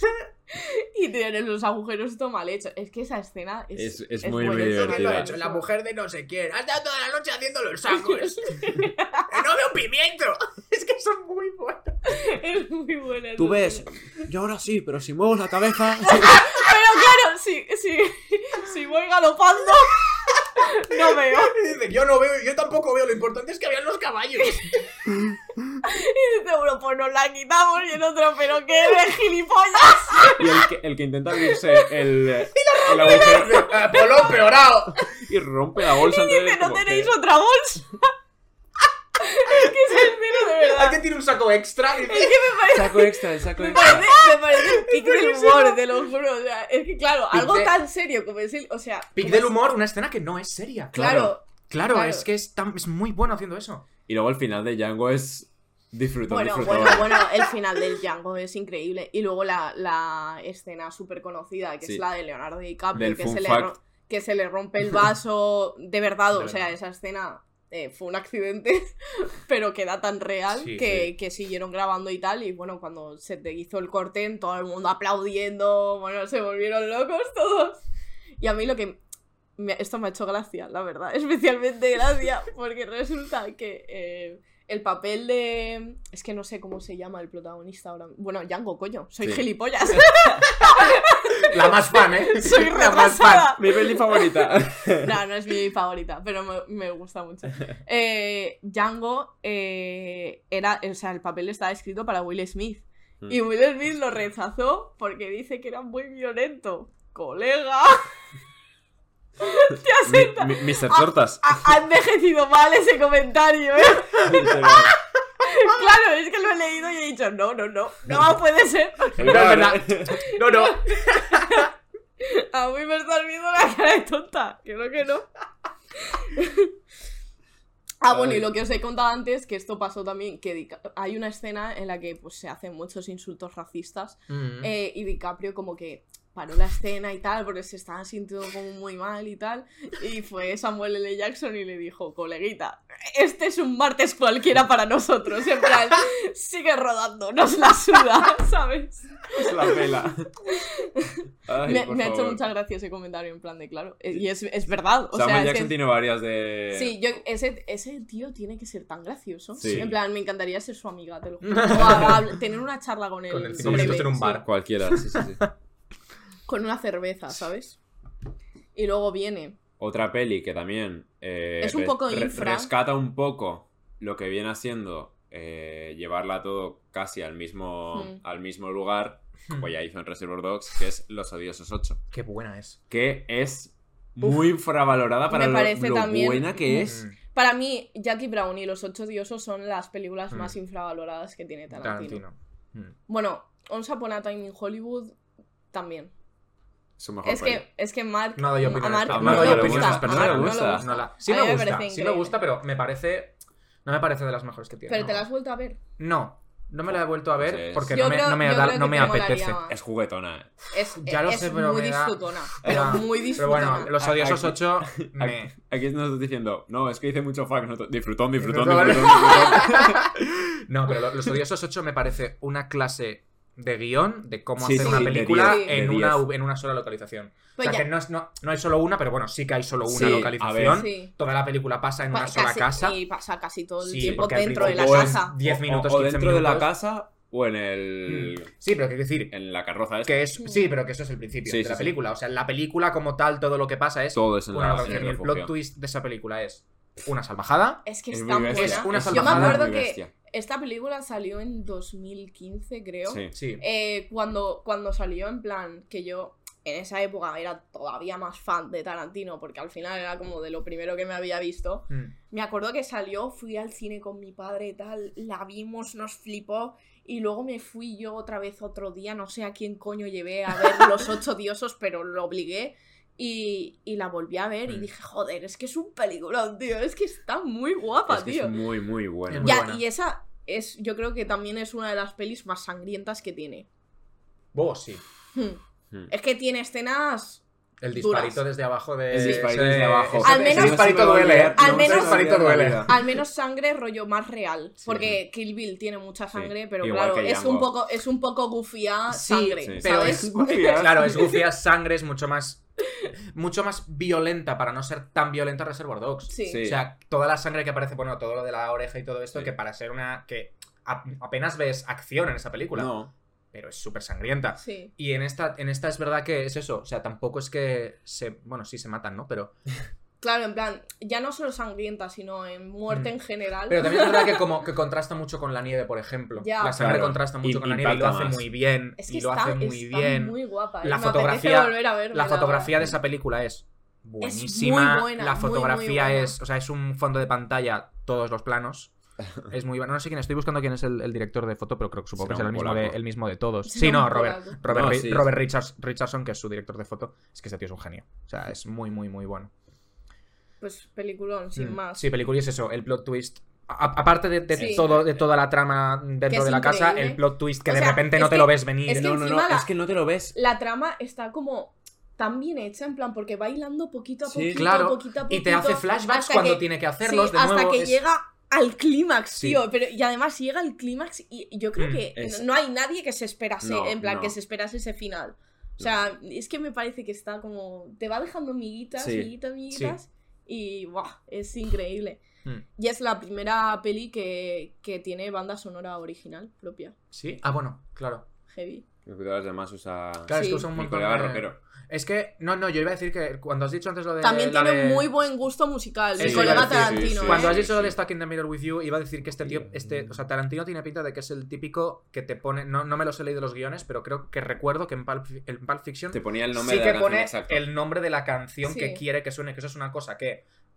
Y tienen los agujeros todo mal hechos. Es que esa escena es, Es- es muy, muy buenísima, divertida. es Lo ha Divertida. hecho la mujer de no sé quién. Ha estado toda la noche haciendo los sacos. ¡No veo pimiento! Es que son muy buenos. Es muy buena. Tú esa ves, escena. yo ahora sí, pero si muevo la cabeza... Pero claro, si, si, si voy galopando, no veo. Y dice, yo no veo, yo tampoco veo. Lo importante es que habían los caballos. Y dice uno, pues nos la quitamos. Y el otro, pero qué de gilipollas. Y el que, el que intenta abrirse el, el agujero Polo empeorado. y rompe la bolsa. Dice, entonces ¿no como tenéis que- otra bolsa? Es que esa escena de verdad. Alguien tiene un saco extra. Y Es que dice, me parece... Saco extra, el saco Me extra. parece, me parece el pic del humor, te lo juro. O sea, es que claro, Pic algo de- tan serio como es el. O sea. Pic como del es- humor, una escena que no es seria. Claro. Claro, Claro. es que es, tan- es muy bueno haciendo eso. Y luego el final de Django es disfrutón, Bueno, disfrutón. bueno, bueno, el final del Django es increíble. Y luego la, la escena súper conocida, que Sí. es la de Leonardo DiCaprio, Del que fun se, le fact. ro- que se le rompe el vaso de verdad. De O sea, verdad. esa escena eh, fue un accidente, pero queda tan real Sí, que, sí. que siguieron grabando y tal. Y bueno, cuando se te hizo el corte, todo el mundo aplaudiendo, bueno, se volvieron locos todos. Y a mí lo que... me- esto me ha hecho gracia, la verdad, especialmente gracia, porque resulta que eh, el papel de... Es que no sé cómo se llama el protagonista ahora. Bueno, Django, coño, soy Sí. gilipollas. La más fan, ¿eh? Soy La más fan. retrasada. Mi peli favorita. No, no es mi favorita, pero me, me gusta mucho. Eh, Django eh, era, o sea, el papel estaba escrito para Will Smith. Mm. Y Will Smith lo rechazó porque dice que era muy violento. Colega, te has Mi- mi- mister Tortas. ha, ha envejecido mal ese comentario, ¿eh? Claro, es que lo he leído y he dicho, no, no, no, no puede ser. No, es verdad. No, no. A mí me estás viendo la cara de tonta. Creo que no. Ah, bueno, y lo que os he contado antes, que esto pasó también, que Dica- hay una escena en la que pues se hacen muchos insultos racistas Mm. eh, y DiCaprio como que paró la escena y tal, porque se estaban sintiendo como muy mal y tal, y fue Samuel L. Jackson y le dijo, coleguita, este es un martes cualquiera para nosotros, en plan, sigue rodando, nos la suda, ¿sabes? Es la pela. Ay, me por me ha hecho favor. mucha gracia ese comentario, en plan de claro, eh, y es, es verdad, o Samuel sea, es Jackson que- tiene varias de... Sí, yo, ese, ese tío tiene que ser tan gracioso. Sí. En plan, me encantaría ser su amiga, te lo juro. O a- a- tener una charla con él. Con él, cinco breve, minutos en un sí. bar. Cualquiera, sí, sí, sí. Con una cerveza, ¿sabes? Y luego viene. Otra peli que también eh, Es un re- poco re- infra. rescata un poco lo que viene haciendo eh, llevarla todo casi al mismo, Hmm. al mismo lugar, como Hmm. ya hizo en Reservoir Dogs, que es Los Odiosos ocho, Qué buena es. que es muy infravalorada para me lo, parece lo también- buena que es. Mm. Para mí, Jackie Brown y Los Ocho Diosos son las películas Mm. más infravaloradas que tiene Tarantino. Tarantino. Mm. Bueno, Once Upon a Time in Hollywood también. Su mejor Es peli. que, es que Mark. No doy a opiniones. Mark a no, Mark le no le gusta. gusta, a pero no Mark le no gusta. le No la- Sí A me mí me gusta, parece sí me increíble. gusta, pero me parece... No me parece de las mejores que tiene. Pero ¿no? te la has vuelto a ver. No, no me la he vuelto a ver Pues es- porque Yo no me, creo- no me, yo da- creo no que me te apetece. molaría más. Es juguetona. eh. Es, Ya lo es sé, pero muy me da- disfrutona. Ya. Pero muy Pero disfrutona. bueno, Los Odiosos Aquí- ocho Aquí, me... aquí nos estás diciendo, no, es que hice mucho fuck. nosotros- Disfrutón, disfrutón, Disfrutón. disfrutón, disfrutón. No, pero lo- Los Odiosos ocho me parece una clase de guión de cómo Sí, hacer sí, una de película diez, en, de una, diez. en una sola localización. Pues o sea, ya- que no, es, no, no hay solo una, pero bueno, sí que hay solo una Sí, a localización. ver. Sí. Toda la película pasa en una Pa- sola casi- casa. Y pasa casi todo el Sí, tiempo porque al dentro de la principio es casa. diez O- minutos, o, o quince dentro de la minutos. casa o en el... Sí, pero quiero decir En la carroza esta. que es... Sí, pero que eso es el principio Sí, de sí, la sí. película. O sea, la película como tal, todo lo que pasa es Todo es en una la localización. en Y el el plot refugio. twist de esa película es una salvajada. Es que Es es muy tan bestia. buena. Es una Yo me salvajada acuerdo muy que bestia. esta película salió en dos mil quince, creo. Sí. Sí. Eh, cuando, cuando salió, en plan, que yo en esa época era todavía más fan de Tarantino, porque al final era como de lo primero que me había visto. Mm. Me acuerdo que salió, fui al cine con mi padre y tal, la vimos, nos flipó, y luego me fui yo otra vez otro día, no sé a quién coño llevé a ver Los Ocho Diosos, pero lo obligué. Y, y la volví a ver y Mm. dije, joder, es que es un peliculón, tío, es que está muy guapa, Es que tío. es muy, muy buena. Es muy Ya, buena. y esa es, yo creo que también es una de las pelis más sangrientas que tiene. Vos sí. Hmm. Hmm. Es que tiene escenas. El Duras. disparito desde abajo de... El disparito ese- desde abajo. ese- Al ese menos- disparito No se me va a duele, olvidar, ¿eh? Al no se me menos- va a olvidar disparito en la duele. vida. Al menos sangre rollo más real. Sí. Porque Kill Bill tiene mucha sangre, pero Igual claro, que es un Django. poco, es un poco gufía Sí, sangre. sí. pero ¿sabes? es... Gufias. Claro, es gufia, sangre es mucho más... Mucho más violenta para no ser tan violenta Reservoir Dogs. Sí. Sí. O sea, toda la sangre que aparece, bueno, todo lo de la oreja y todo esto, Sí. que para ser una... que a- apenas ves acción en esa película, No. pero es súper sangrienta. Sí. Y en esta, en esta es verdad que es eso, o sea, tampoco es que se... Bueno, sí se matan, ¿no? Pero... Claro, en plan, ya no solo sangrienta, sino en muerte Mm. en general. Pero también es verdad que como que contrasta mucho con la nieve, por ejemplo. Ya. La sangre Claro. contrasta mucho Y- con la nieve y lo impacta hace más. muy bien. Es que y lo está, hace muy está bien. muy guapa. ¿eh? La Me fotografía- apetece volver a verla La fotografía de ahora. esa película es buenísima. muy buena, la muy, muy fotografía buena. es, o sea, es un fondo de pantalla, todos los planos. Es muy bueno. No sé quién, estoy buscando quién es el, el director de foto, pero creo que supongo Será que será el un mismo, de, polaco. el mismo de todos. Será Sí, no, un Robert, polaco. Robert, No, Ri- sí. Robert Richards- Richardson, que es su director de foto. Es que este tío es un genio. O sea, es muy, muy, muy bueno. Pues peliculón, sin Mm. más. Sí, película y es eso, el plot twist. A- aparte de, de Sí. todo, de toda la trama Que dentro es de la casa, increíble. el plot twist que O de sea, repente es no te que- lo ves venir. es que no, no, no, encima la- es que no te lo ves. La trama está como tan bien hecha, en plan, porque va hilando poquito a Sí. poquito, Claro, poquito a poquito. y te hace flashbacks hasta cuando que- tiene que hacerlos sí, de hasta nuevo. que es- llega al clímax, Sí. tío. Pero, y además llega al clímax y y yo creo Mm, que es- no hay nadie que se esperase, No, en plan, no. que se esperase ese final. O sea, es que me parece que está como... Te va dejando miguitas, Sí. miguitas, miguitas. Y, ¡buah! Es increíble. Mm. Y es la primera peli que, que tiene banda sonora original propia. ¿Sí? Ah, bueno, claro. Heavy. Los cuidados demás usa. Claro, es Sí. que usa un Mi montón colega de... rockero. Es que, no, no, yo iba a decir que cuando has dicho antes lo de... También la tiene de- muy buen gusto musical. Mi Eso colega iba a decir, Tarantino. sí, sí. ¿eh? Cuando has Sí, dicho lo de sí. Stuck in the Middle with You, iba a decir que este tío, este, o sea, Tarantino tiene pinta de que es el típico que te pone, no, no me los he leído los guiones, pero creo que recuerdo que en Pulp, Fi- en Pulp Fiction Te ponía el nombre sí de que la canción pone exacto. el nombre de la canción Sí. que quiere que suene, que eso es una cosa que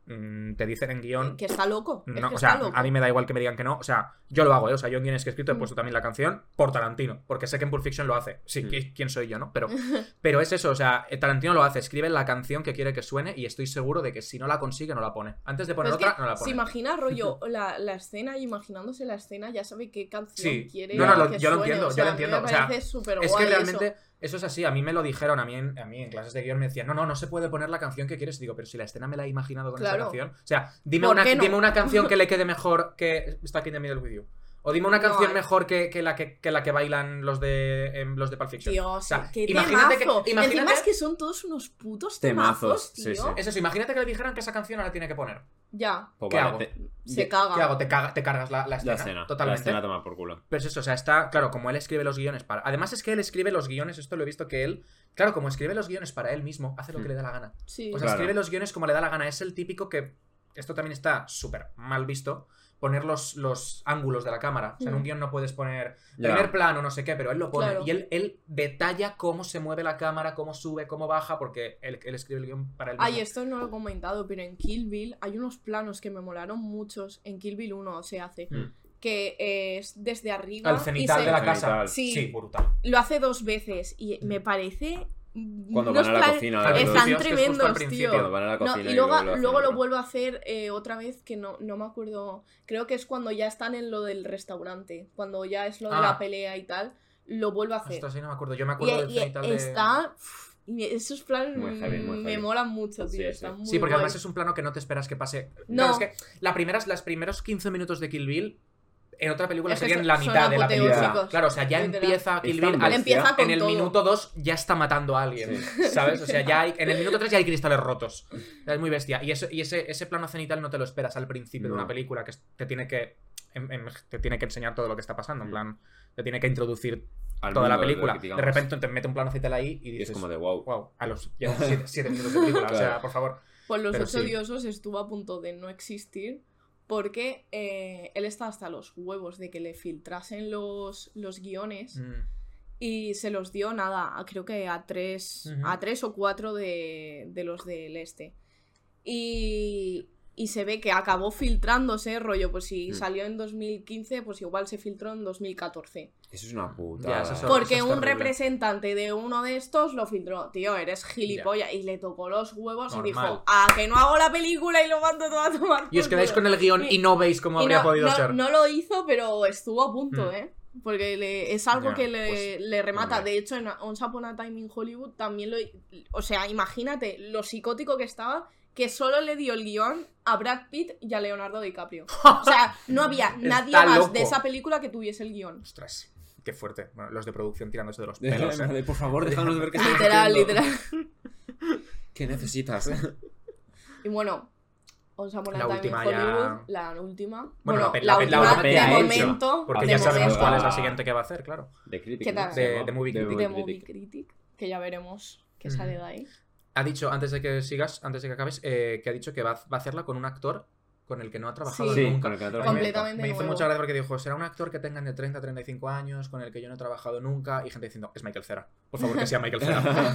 mm, te dicen en guión... Que está loco. No, es que o sea, está loco. a mí me da igual que me digan que no. O sea, yo lo hago, ¿eh? O sea, yo en guiones que he escrito he puesto también la canción por Tarantino. Porque sé que en Pulp Fiction lo hace. Sí, Mm. ¿quién soy yo, no? Pero, pero es eso, o sea, Tarantino lo hace. Escribe la canción que quiere que suene y estoy seguro de que si no la consigue, no la pone. Antes de poner Pero es otra, que no la se pone. imagina rollo la, la escena y imaginándose la escena ya sabe qué canción Sí. quiere No, no, lo- que yo lo suene. entiendo, O yo sea, lo a mí entiendo. me O sea, parece súper Es que guay realmente eso. eso. es así. A mí me lo dijeron, a mí, en, a mí en clases de guión me decían, no, no, no se puede poner la canción que quieres. Y digo, pero si la escena me la he imaginado con Claro. esa canción. O sea, dime ¿Por una, qué no? dime una canción que le quede mejor que Stuck in the Middle with You. O dime una No canción hay. mejor que, que la que, que la que bailan los de em, los de Pulp Fiction. Tío, O sea, sí, qué imagínate temazo. que- imagínate- Encima es que son todos unos putos Temazos, temazos, sí, tío. sí. Es eso, imagínate que le dijeran que esa canción ahora tiene que poner. Ya, Pues ¿Qué vale, hago? te- se ye- caga. ¿Qué hago? Te, caga- te cargas la, la escena. La escena. Totalmente. La escena toma por culo. Pero es eso, o sea, está, claro, como él escribe los guiones para... Además es que él escribe los guiones, esto lo he visto que él... Claro, como escribe los guiones para él mismo, hace lo que Mm. le da la gana. Sí. O sea, Claro. escribe los guiones como le da la gana. Es el típico que... Esto también está súper mal visto. Poner los, los ángulos de la cámara. O sea, en un Mm. guión no puedes poner Ya. primer plano, no sé qué, pero él lo pone. Claro. Y él, él detalla cómo se mueve la cámara, cómo sube, cómo baja, porque él, él escribe el guión para él mismo. Ay, esto no lo he comentado, pero en Kill Bill hay unos planos que me molaron muchos. En Kill Bill uno se hace. Mm. Que es desde arriba. Al y cenital se- de la El casa. cenital. Sí. Sí, brutal. Lo hace dos veces y me parece. Cuando unos van a la planes- cocina. Al los principio, dos. Están es que es justo al tremendos, principio. tío. Cuando van a la No, cocina y luego, lo hacen luego lo otro. vuelvo a hacer eh, otra vez que no, no me acuerdo. Creo que es cuando ya están en lo del restaurante. Cuando ya es lo de Ah. la pelea y tal. Lo vuelvo a hacer. Ostras, sí, no me acuerdo. Yo me Y, acuerdo del y cenital de... está. Y esos planes Muy heavy, muy me heavy. molan mucho, tío. Sí, sí. Están muy Sí, porque además guays. es un plano que no te esperas que pase. No. Claro, es que la primeras, las primeros quince minutos de Kill Bill en otra película Es que serían son- la son mitad de la película. apoteósicos, Claro, o sea, ya literal. empieza Kill Están Bill bestia. al- Empieza con en el todo. minuto dos ya está matando a alguien, ¿sabes? O sea, ya hay, en el minuto tres ya hay cristales rotos. O sea, es muy bestia. Y, eso, y ese, ese plano cenital no te lo esperas al principio de No. una película, que es- te tiene que em- em- te tiene que enseñar todo lo que está pasando. En Mm. plan, te tiene que introducir Al toda la mundo, película. lo que De digamos. repente te mete un plano cenital ahí y Y dices... es como de wow. Wow, a los ya siete, siete minutos de película, o sea, Claro. por favor. Pues Los Pero Ocho sí. Diosos estuvo a punto de no existir porque eh, él está hasta los huevos de que le filtrasen los, los guiones Mm. y se los dio nada, a- creo que a tres, Ujú. a tres o cuatro de, de los del este. Y, y se ve que acabó filtrándose, rollo, pues si Mm. salió en dos mil quince, pues igual se filtró en dos mil catorce. Eso es una puta. Ya, eso es Porque eso es un terrible. representante de uno de estos lo filtró. Tío, eres gilipollas. Y le tocó los huevos Normal. y dijo, ah, que no hago la película y lo mando todo a tomar. Y os por quedáis culo". con el guión y no veis cómo Y habría no, podido no- ser. no lo hizo, pero estuvo a punto, Mm. ¿eh? Porque le- es algo Ya, que le, pues, le remata. hombre. De hecho, en Once Upon a Time in Hollywood también lo... O sea, imagínate lo psicótico que estaba, que solo le dio el guión a Brad Pitt y a Leonardo DiCaprio. O sea, no había nadie Está más loco. de esa película que tuviese el guión. Ostras, qué fuerte. Bueno, los de producción tirándose de los pelos, ¿eh? Por favor, déjanos ver qué estamos Literal, haciendo. literal. ¿Qué necesitas? Y bueno, Once Upon a La Time última in ya- Hollywood, la última. Bueno, Bueno, la pe- la, la pe- la última europea de hecha. momento. Porque de ya sabemos momento, cuál es la Ah. siguiente que va a hacer, claro. De Critic. ¿Qué tal? ¿no? Se De- llama. de Movie Critic. de Movie Critic, que ya veremos qué Ujú. sale de ahí. Ha dicho, antes de que sigas, antes de que acabes, eh, que ha dicho que va, va a hacerla con un actor con el que no ha trabajado Sí. Sí, nunca. con el que no A mí trabajo me- Completamente Me hizo nuevo. mucha gracia porque dijo, será un actor que tengan de treinta a treinta y cinco años, con el que yo no he trabajado nunca, y gente diciendo, es Michael Cera. Por favor, que sea Michael Cera.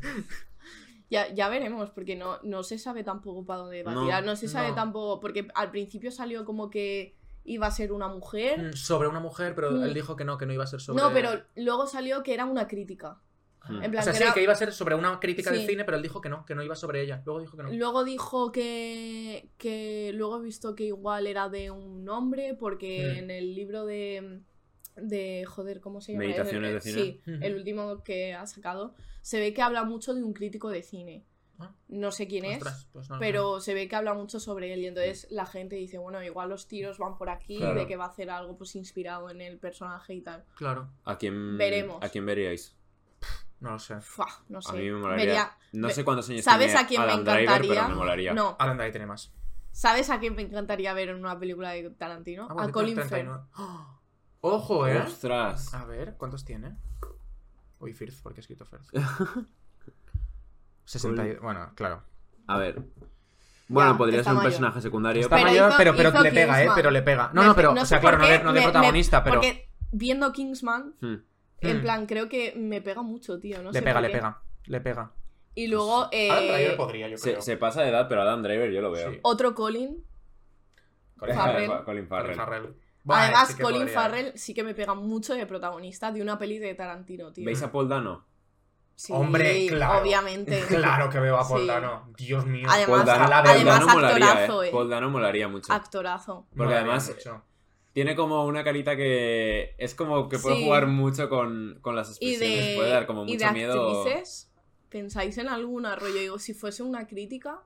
Ya, ya veremos, porque no, no se sabe tampoco para dónde va a No, tirar. No se sabe no. tampoco, porque al principio salió como que iba a ser una mujer. Mm, sobre una mujer, pero Mm. él dijo que no, que no iba a ser sobre... No, pero luego salió que era una crítica. Mm. En plan, O sea, que sí, era- que iba a ser sobre una crítica de Sí. cine, pero él dijo que no, que no iba sobre ella. Luego dijo que no. Luego dijo que, que luego he visto que igual era de un hombre, porque Mm. en el libro de, de joder, ¿cómo se llama? Meditaciones El- de cine. Sí, Ujú. el último que ha sacado, se ve que habla mucho de un crítico de cine. Ah. No sé quién es, Ostras, pues no lo pero se ve que habla mucho sobre él y entonces la gente dice, bueno, igual los tiros van por aquí, Claro. de que va a hacer algo pues inspirado en el personaje y tal. sé. Claro, ¿A quién, Veremos. ¿A quién veríais? no lo sé. Fua, no sé. A mí me molaría. Vería- no ve- sé cuántos años ¿Sabes tiene a quién me Adam Driver, encantaría? pero me molaría. No, Alan Day tiene más. ¿sabes a quién me encantaría ver en una película de Tarantino? Ah, bueno, a Colin treinta y Firth. nueve. ¡Oh! Ojo, ¿eh? Ostras. A ver, ¿cuántos tiene? Uy, Firth, porque he escrito Firth. sesenta y... Bueno, claro. A ver. Bueno, Ya, podría está ser un mayor. personaje secundario. Está Pero mayor, hizo- pero, pero hizo le pega, ¿eh? Kingsman. Pero le pega. No, Me- no, pero, no o sé sea, por claro, no qué, de, no de me- me- protagonista, pero Porque viendo Kingsman, Hmm. en Mm. plan, creo que me pega mucho, tío. No le sé pega, por le qué. pega, le pega. Y luego... Eh, Adam Driver podría, yo creo. Se, se pasa de edad, pero Adam Driver yo lo veo. Sí. otro Colin. Colin Farrell. Colin Colin Farrell. Farrell. Buah, Además, sí que Colin podría. Farrell sí que me pega mucho de protagonista de una peli de Tarantino, tío. ¿Veis a Paul Dano? Sí, Hombre, claro. obviamente. Claro que veo a Paul Sí. Dano. Dios mío. Además- Paul Dano, la Paul además Dano molaría, actorazo, eh. eh. Paul Dano molaría mucho. Actorazo. Porque Molaría además mucho. tiene como una carita que es como que puede Sí. jugar mucho con, con las Y expresiones. de, puede dar como y de mucho miedo. actrices, ¿pensáis en alguna rollo? Digo, si fuese una crítica.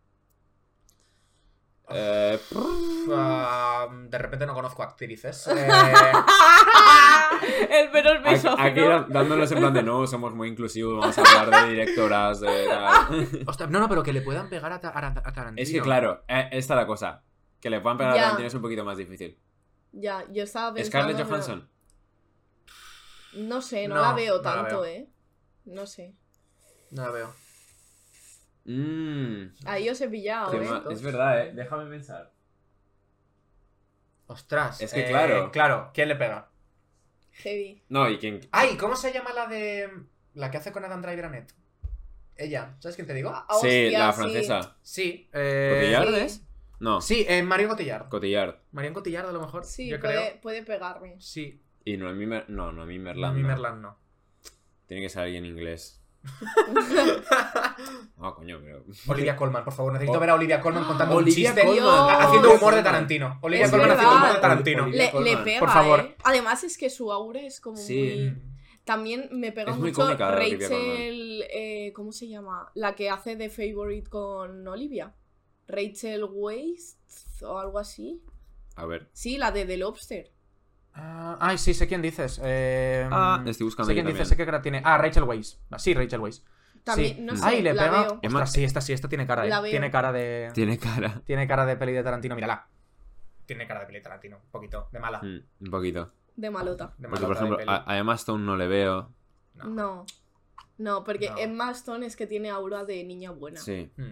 Eh, Ah, de repente no conozco actrices. Eh, El menos aquí, misógino. aquí da- dándonos en plan de no, somos muy inclusivos, vamos a hablar de directoras, de tal. Ostras, no, no, pero que le puedan pegar a, Ta- a, a Tarantino. Es que claro, eh, esta es la cosa. Que le puedan pegar Ya. a Tarantino es un poquito más difícil. Ya, yo estaba pensando... Scarlett pero- Johansson. No sé, no, No, la veo no la tanto, veo. eh. No sé. No la veo. Mmm. Ahí os he pillado, eh. Es verdad, eh. Déjame pensar. Ostras. Es que eh, claro. Claro, ¿quién le pega? Heavy. No, y quien. Ay, ¿cómo se llama la de. La que hace con Adam Driver Annette? Ella, ¿sabes quién te digo? Ah, Sí, hostia, la sí. francesa. Sí. Eh... ¿Cotillard sí. es? No, Sí, eh, Marion Cotillard. Cotillard. Marion Cotillard a lo mejor. Sí, yo puede, creo. puede pegarme. Sí. Y Noemí Mer... No, Noemí Merland. Noemí no. Merland no. Tiene que ser alguien inglés. Ah, coño, pero. Olivia Colman, por favor. Necesito Oh. ver a Olivia Colman contando Olivia un chiste. Colman. Haciendo humor de Colman. Tarantino. Olivia Es Colman haciendo verdad. humor de Tarantino. Olivia Le, Colman. le pega, Por favor. ¿eh? Además es que su aura es como Sí. muy... También me pega Es muy mucho cómica, Olivia Rachel... Eh, ¿Cómo se llama? La que hace de Favorite con Olivia. Rachel Weisz o algo así. A ver. Sí, la de The Lobster. Ah, ay, sí, sé quién dices. Eh, Ah, estoy buscando Sé yo quién también. dices, sé qué cara tiene. Ah, Rachel Weisz. Ah, sí, Rachel Weisz. También, Sí. no sé, Ay, le la pega. veo. Ostras, Emma- sí, esta sí, esta tiene cara, La eh. veo. Tiene cara de. Tiene cara. Tiene cara de peli de Tarantino, mírala. Tiene cara de peli de Tarantino, un poquito, de mala. Mm, un poquito. De malota. De Porque, malota por ejemplo, de peli. a, a Emma Stone no le veo. No. No. No, porque No. Emma Stone es que tiene aura de niña buena. Sí. Hmm.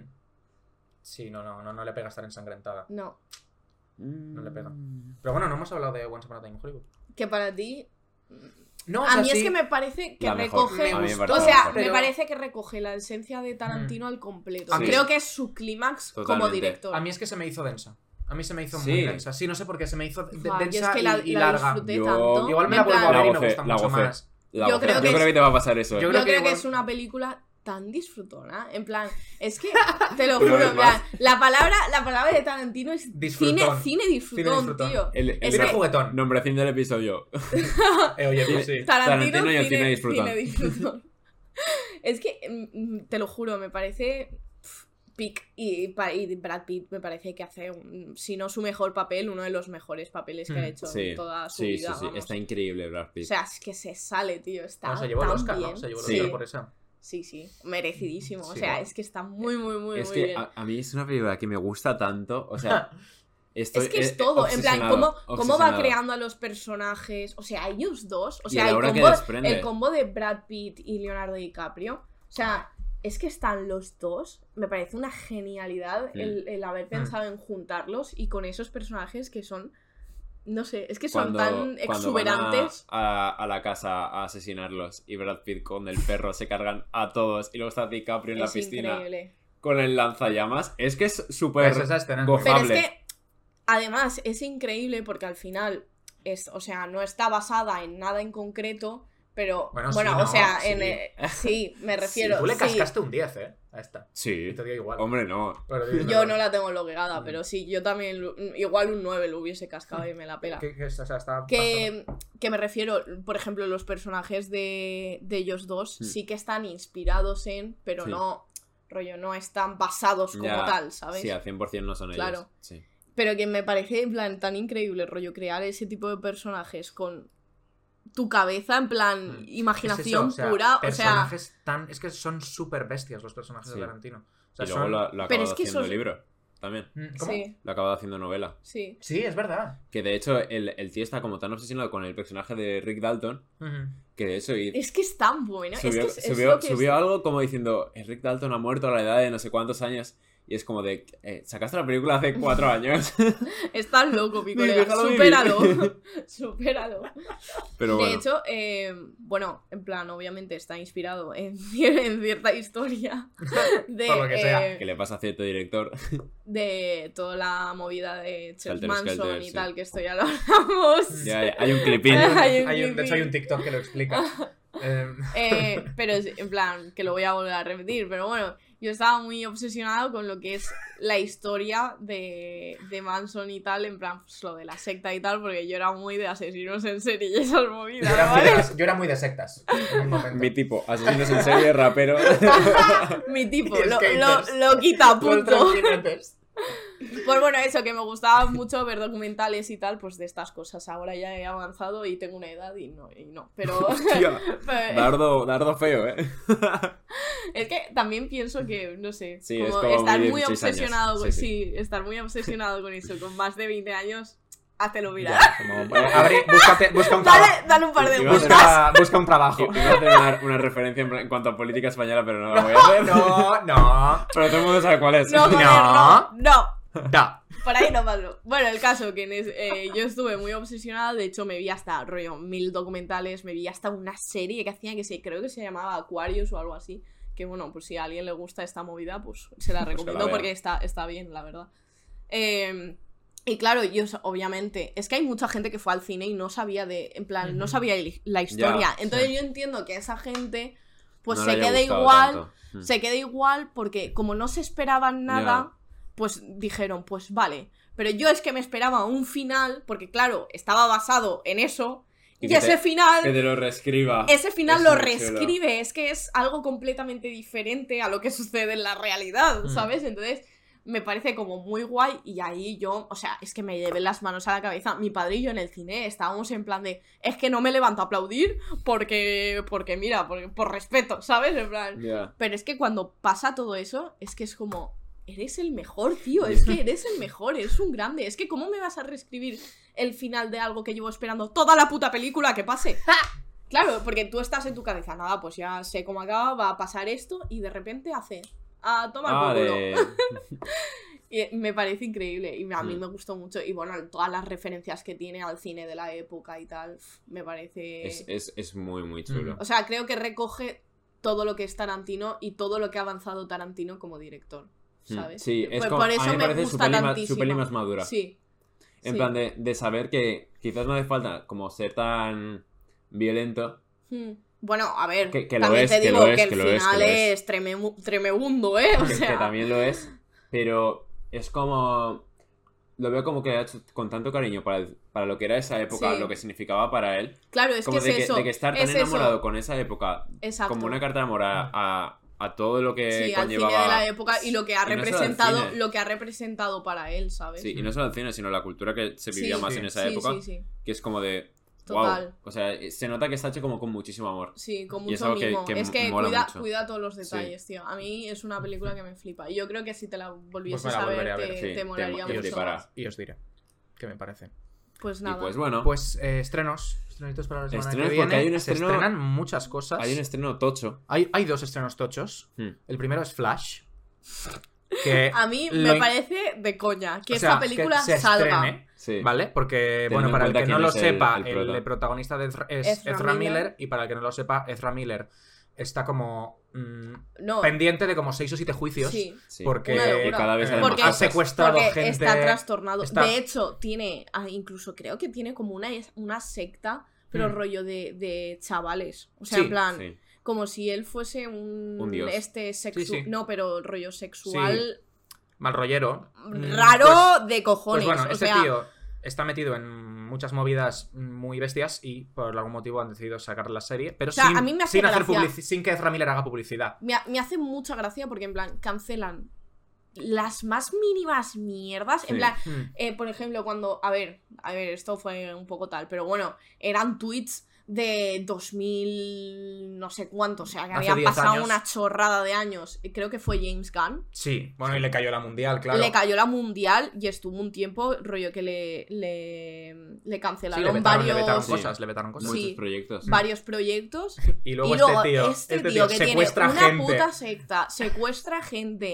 Sí, no, no, no, no le pega estar ensangrentada. No. No le pega. Pero bueno, no hemos hablado de Once Upon a Time in Hollywood. Que para ti... No, o A sea, mí sí. es que me parece que La mejor. recoge... A mí me gustó, parece O la sea, mejor. me pero- parece que recoge la esencia de Tarantino al completo. Sí. Creo que es su clímax como Totalmente. director. A mí es que se me hizo densa. A mí se me hizo Sí. muy densa. Sí, no sé por qué se me hizo de- Buah, yo densa es que la, y, y la larga. disfruté Yo- tanto. Igual me En la vuelvo a plan, ver y La me gocé, gusta la mucho gocé. más. La Yo gocé. creo que yo creo es- que te va a pasar eso. Yo Yo creo creo, que que, igual- es una película tan disfrutona. En plan, es que, te lo Una juro, vez en plan, más. la palabra, la palabra de Tarantino es cine, Disfrutón. cine disfrutón, Cine disfrutón. tío. El, el Es Cine que- juguetón. nombración del episodio. Eh, oye, pues sí. Tarantino, Tarantino y el cine, cine disfrutón. cine disfrutón. Es que, mm, te lo juro, me parece pf, Pick y, pa- y Brad Pitt me parece que hace, un- si no su mejor papel, uno de los mejores papeles que ha Mm, hecho Sí, en toda su sí, vida. sí, sí. vamos. Está increíble Brad O Pitt. sea, es que se sale, tío. Está No, se llevó el tan Oscar, bien. ¿no? Se llevó el Sí. Oscar por esa. Sí, sí, merecidísimo. O Sí. sea, es que está muy, muy, muy, es muy que bien. a, a mí es una película que me gusta tanto. O sea, estoy es que es eh, todo, en plan, obsesionado, cómo, cómo va obsesionado. creando a los personajes. O sea, ellos dos. O Y sea, el el aura que combo, desprende. el combo de Brad Pitt y Leonardo DiCaprio. O sea, es que están los dos. Me parece una genialidad Mm. el, el haber pensado en juntarlos y con esos personajes que son. No sé, es que son Cuando, tan cuando van a- exuberantes. a, a la casa a asesinarlos y Brad Pitt con el perro se cargan a todos y luego está DiCaprio en la Es piscina increíble. con el lanzallamas. Es que es súper Pues esa escena. goza- Pero es Afable. que, además, es increíble porque al final, es, o sea, no está basada en nada en concreto, pero, Bueno, bueno, sí, o ¿no? sea, Sí. en, eh, sí, me refiero. Tú le sí. cascaste un diez, ¿eh? A esta. Sí. Y te dio igual. Hombre, no. Pero te dio Yo igual. no la tengo logueada, Mm. pero sí, yo también, lo- igual un nueve lo hubiese cascado y me la pela. ¿Qué, qué es? O sea, está Que, que me refiero, por ejemplo, los personajes de, de ellos dos Mm. sí que están inspirados en, pero Sí. no, rollo, no están basados como Ya, tal, ¿sabes? Sí, al cien por ciento no son Claro. ellos. Sí. Pero que me parece, en plan, tan increíble, rollo, crear ese tipo de personajes con tu cabeza, en plan, Mm. imaginación Es eso, o sea, pura, o sea... personajes tan... Es que son súper bestias los personajes Sí. de Tarantino. O sea, Y luego son... lo, lo ha Pero acabado es que haciendo esos- libro también. Mm, ¿Cómo? Sí, Lo ha acabado haciendo novela. sí. Sí, es verdad. Que de hecho el, el tío está como tan obsesionado con el personaje de Rick Dalton Ujú. que de hecho y Es que es tan bueno. subió, es que es, es subió- lo que subió es- algo como diciendo Rick Dalton ha muerto a la edad de no sé cuántos años Y es como de, eh, sacaste la película hace cuatro años. Estás loco, mi Sí, colega. déjalo vivir. Supéralo. Supéralo. Pero bueno. De hecho, eh, bueno, en plan, obviamente está inspirado en, cier- en cierta historia de, Por lo que sea. eh, ¿Qué le pasa a cierto director? de toda la movida de Charles Skelter, Manson Skelter, y sí. tal, que esto ya lo hablamos. Ya, ya, hay un clipín. Hay un Hay un- de hecho, hay un clipín. TikTok que lo explica. Eh, Eh, pero es- en plan, que lo voy a volver a repetir, pero bueno, yo estaba muy obsesionado con lo que es la historia de, de Manson y tal, en plan, pues, lo de la secta y tal, porque yo era muy de asesinos en serie y esas yo, movidas, era muy ¿vale? de, yo era muy de sectas. En un momento. Mi tipo, asesinos en serie, rapero. Mi tipo, Y lo, skaters. lo, lo quita a Los punto. tranquinetes. Pues bueno, eso, que me gustaba mucho ver documentales y tal, pues de estas cosas. Ahora ya he avanzado y tengo una edad y no, y no. Pero, Hostia, pero- dardo, dardo feo, ¿eh? es que también pienso que, no sé, Sí, como es como estar muy muy dieciséis años. obsesionado con, Sí, sí, sí. estar muy obsesionado con eso, con más de veinte años, háztelo mirar. Como, eh, abrí- búscate- busca un Dale, trabajo. dale un par de Y vamos a- vueltas. Busca, busca un trabajo. Iba a hacer una, una referencia en, plan- en cuanto a política española, pero no la voy a hacer. No, no. Pero todo el mundo sabe cuál es. No, joder, no, no. Da. Por ahí no paso. Bueno, el caso que en es- eh, yo estuve muy obsesionada. De hecho, me vi hasta rollo mil documentales. Me vi hasta una serie que hacía que se, creo que se llamaba Aquarius o algo así. Que bueno, pues si a alguien le gusta esta movida, pues se la que la recomiendo vea. porque está, está bien, la verdad. Eh, y claro, yo obviamente. Es que hay mucha gente que fue al cine y no sabía de. En plan, no Ujú. sabía el- la historia. Ya, Entonces sí. yo entiendo que esa gente. Pues No se le haya quede gustado igual. tanto. Mm. Se queda igual porque como no se esperaban nada, Ya. pues dijeron, pues vale. Pero yo es que me esperaba un final, porque claro, estaba basado en eso, Y y, que ese te- final, Que te lo reescriba. ese final Es lo muy chulo. reescribe, es que es algo completamente diferente a lo que sucede en la realidad, Mm. ¿sabes? Entonces me parece como muy guay y ahí yo, o sea, es que me llevé las manos a la cabeza. Mi padre y yo en el cine estábamos en plan de, es que no me levanto a aplaudir porque, porque mira, por, por respeto, ¿sabes? En plan... Ya. Pero es que cuando pasa todo eso, es que es como, eres el mejor, tío, es que eres el mejor, eres un grande. Es que ¿cómo me vas a reescribir el final de algo que llevo esperando toda la puta película que pase? Claro, porque tú estás en tu cabeza, nada, pues ya sé cómo acaba, va a pasar esto, y de repente hace, a tomar Ah, por culo. de... Y me parece increíble, y a mí Mm. me gustó mucho, y bueno, todas las referencias que tiene al cine de la época y tal, pf, me parece... es, es, es muy, muy chulo. Mm. O sea, creo que recoge todo lo que es Tarantino y todo lo que ha avanzado Tarantino como director, ¿sabes? Sí, es Por- como, por eso a mí me me parece su gusta peli, más, su tantísimo. peli más madura. Sí. En sí. plan de, de saber que quizás no hace falta como ser tan violento. Hmm. Bueno, a ver, Que- que lo también es, te que digo lo que, es, el que lo es, final que lo es. es, trememu- tremebundo, ¿eh? O Que, sea, que también lo es. Pero es como... Lo veo como que ha hecho con tanto cariño para, el- para lo que era esa época, Sí. lo que significaba para él. claro, es Como que de, es que, eso. de que estar tan es eso. enamorado con esa época, Exacto. como una carta de amor a, a, a todo lo que Sí, al cine conllevaba... de la época y lo que ha Y no solo al representado, cine. lo que ha representado para él, ¿sabes? Sí, y no solo el cine, sino la cultura que se vivía Sí, más sí. en esa sí, época, sí, sí. que es como de... Total. Wow. O sea, se nota que está hecho como con muchísimo amor. Sí, con Y es mucho algo que- mimo. que es que mola cuida, mucho. cuida todos los detalles, tío. A mí es una película que me flipa. Y yo creo que si te la volvieses Pues me la a ver, volveré a te, ver, sí, te te- molaría te mucho flipará. más. Y os diré qué me parece. Pues Y nada. pues bueno, Pues eh, estrenos. Estrenitos para la semana Estrenos, que porque viene. hay un Se estreno- estrenan muchas cosas. hay un estreno tocho. Hay, hay dos estrenos tochos. Hmm. El primero es Flash. Que A mí lo me in- parece de coña que o sea, esta película que se salga. estrene, Sí. ¿vale? Porque, Teniendo bueno, en para el cuenta que no quién lo es el- sepa, el el, prota. protagonista de Ezra, es Ezra Ezra, Miller. Miller. Y para el que no lo sepa, Ezra Miller está como mm, No, pendiente de como seis o siete juicios. sí. Sí. Porque Una locura. Y cada vez eh, hay Porque- ha más cosas. secuestrado Porque gente. está trastornado. está- De hecho, tiene, ah, incluso creo que tiene como una, una secta, pero Mm. rollo de, de chavales. O sea, Sí, en plan, Sí. como si él fuese un, Un dios. este sexu... Sí, sí. No, pero rollo sexual Mal rollero. Mm, raro pues- de Pues cojones. bueno, o este sea, tío está metido en muchas movidas muy bestias y por algún motivo han decidido sacar la serie, pero O sea, sin, a mí me hace sin, hacer gracia. publici- sin que Ezra Miller haga publicidad. me, ha- me hace mucha gracia porque, en plan, cancelan las más mínimas mierdas. En Sí. plan, Mm. eh, por ejemplo, cuando. A ver, a ver, esto fue un poco tal, pero bueno, eran tweets de dos mil no sé cuánto, o sea, que Hace habían diez pasado años. una chorrada de años. Y creo que fue James Gunn. Sí, bueno, y le cayó la mundial, claro. Le cayó la mundial y estuvo un tiempo, rollo que le, le, le Sí, cancelaron le vetaron, varios, le vetaron Sí. cosas, le vetaron cosas. Muchos Sí. proyectos. varios proyectos. Y luego, y luego este tío, este este tío tío que secuestra tiene una gente. puta secta, secuestra gente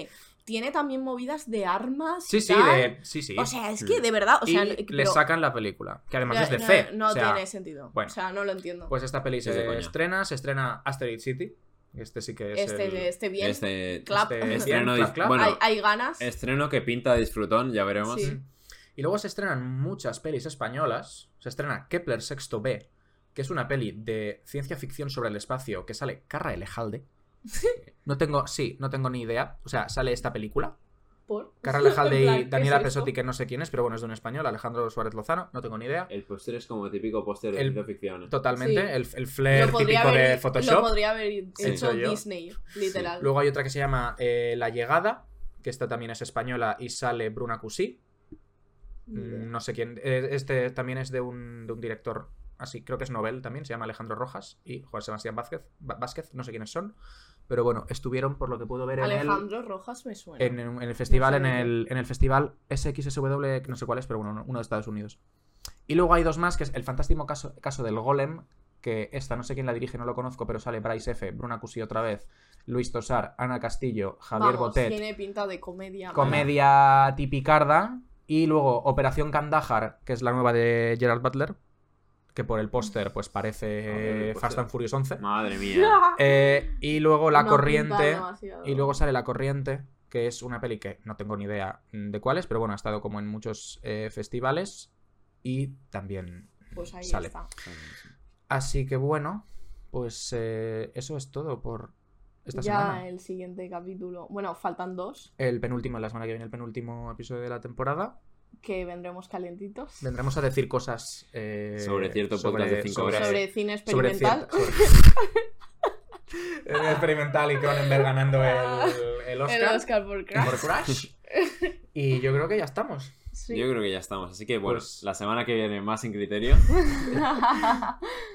tiene también movidas de armas. Sí, y sí, tal. de... sí, sí. O sea, es que de verdad, o sea, y no- le pero- sacan la película, que además es de no, C. no o sea, tiene sentido. bueno. O sea, no lo entiendo. Pues esta peli Es de se coña. estrena, se estrena Asteroid City. Este sí que es este, el... este bien. Este, Clap. este estreno, bien, dis- clap, clap. bueno, hay, hay ganas. estreno que pinta disfrutón, ya veremos. Sí. Y luego se estrenan muchas pelis españolas. Se estrena Kepler Sexto B, que es una peli de ciencia ficción sobre el espacio que sale Carra Elejalde. No tengo, sí, no tengo ni idea. O sea, sale esta película. ¿Por? Carra Elejalde En plan, y ¿qué Daniela es esto? Pesotti, que no sé quién es, pero bueno, es de un español, Alejandro Suárez Lozano, no tengo ni idea. El póster es como típico póster de El- ciencia ficción. Totalmente, Sí. el, el flair Lo podría típico haber- de Photoshop. Lo podría haber hecho Hecho yo. Disney, literal. Luego hay otra que se llama eh, La Llegada, que esta también es española y sale Bruna Cusí. Mm, No sé quién. eh, Este también es de un, de un director así, creo que es novel también, se llama Alejandro Rojas y Juan Sebastián Vázquez, Va- Vázquez, no sé quiénes son. Pero bueno, estuvieron, por lo que puedo ver, en el, Alejandro Rojas me suena. en, en el festival, No en, sé de el, en el festival S X S W, no sé cuál es, pero bueno, uno de Estados Unidos. Y luego hay dos más, que es el fantástico caso, caso del Golem, que esta no sé quién la dirige, no lo conozco, pero sale Bryce F., Bruna Cusí otra vez, Luis Tosar, Ana Castillo, Javier Vamos, Botet. tiene pinta de comedia. mala. Comedia tipicarda. Y luego Operación Kandahar, que es la nueva de Gerard Butler. Que por el póster, pues parece A ver, el Fast póster. and Furious once. Madre mía. Eh, y luego La No Corriente. pinta demasiado. Y luego sale La Corriente, que es una peli que no tengo ni idea de cuál es, pero bueno, ha estado como en muchos eh, festivales. Y también Pues ahí sale. está. Así que bueno, pues eh, eso es todo por esta Ya semana. el siguiente capítulo. Bueno, faltan dos El penúltimo, la semana que viene, el penúltimo episodio de la temporada. que vendremos calentitos. Vendremos a decir cosas eh, Sobre cierto podcast de cinco sobre- horas. Sobre cine sobre experimental. cierto- sobre- El experimental y Cronenberg ganando el, el Oscar. El Oscar por Crash. por Crash. Y yo creo que ya estamos. Sí. Yo creo que ya estamos. Así que bueno, Pues- la semana que viene más sin criterio.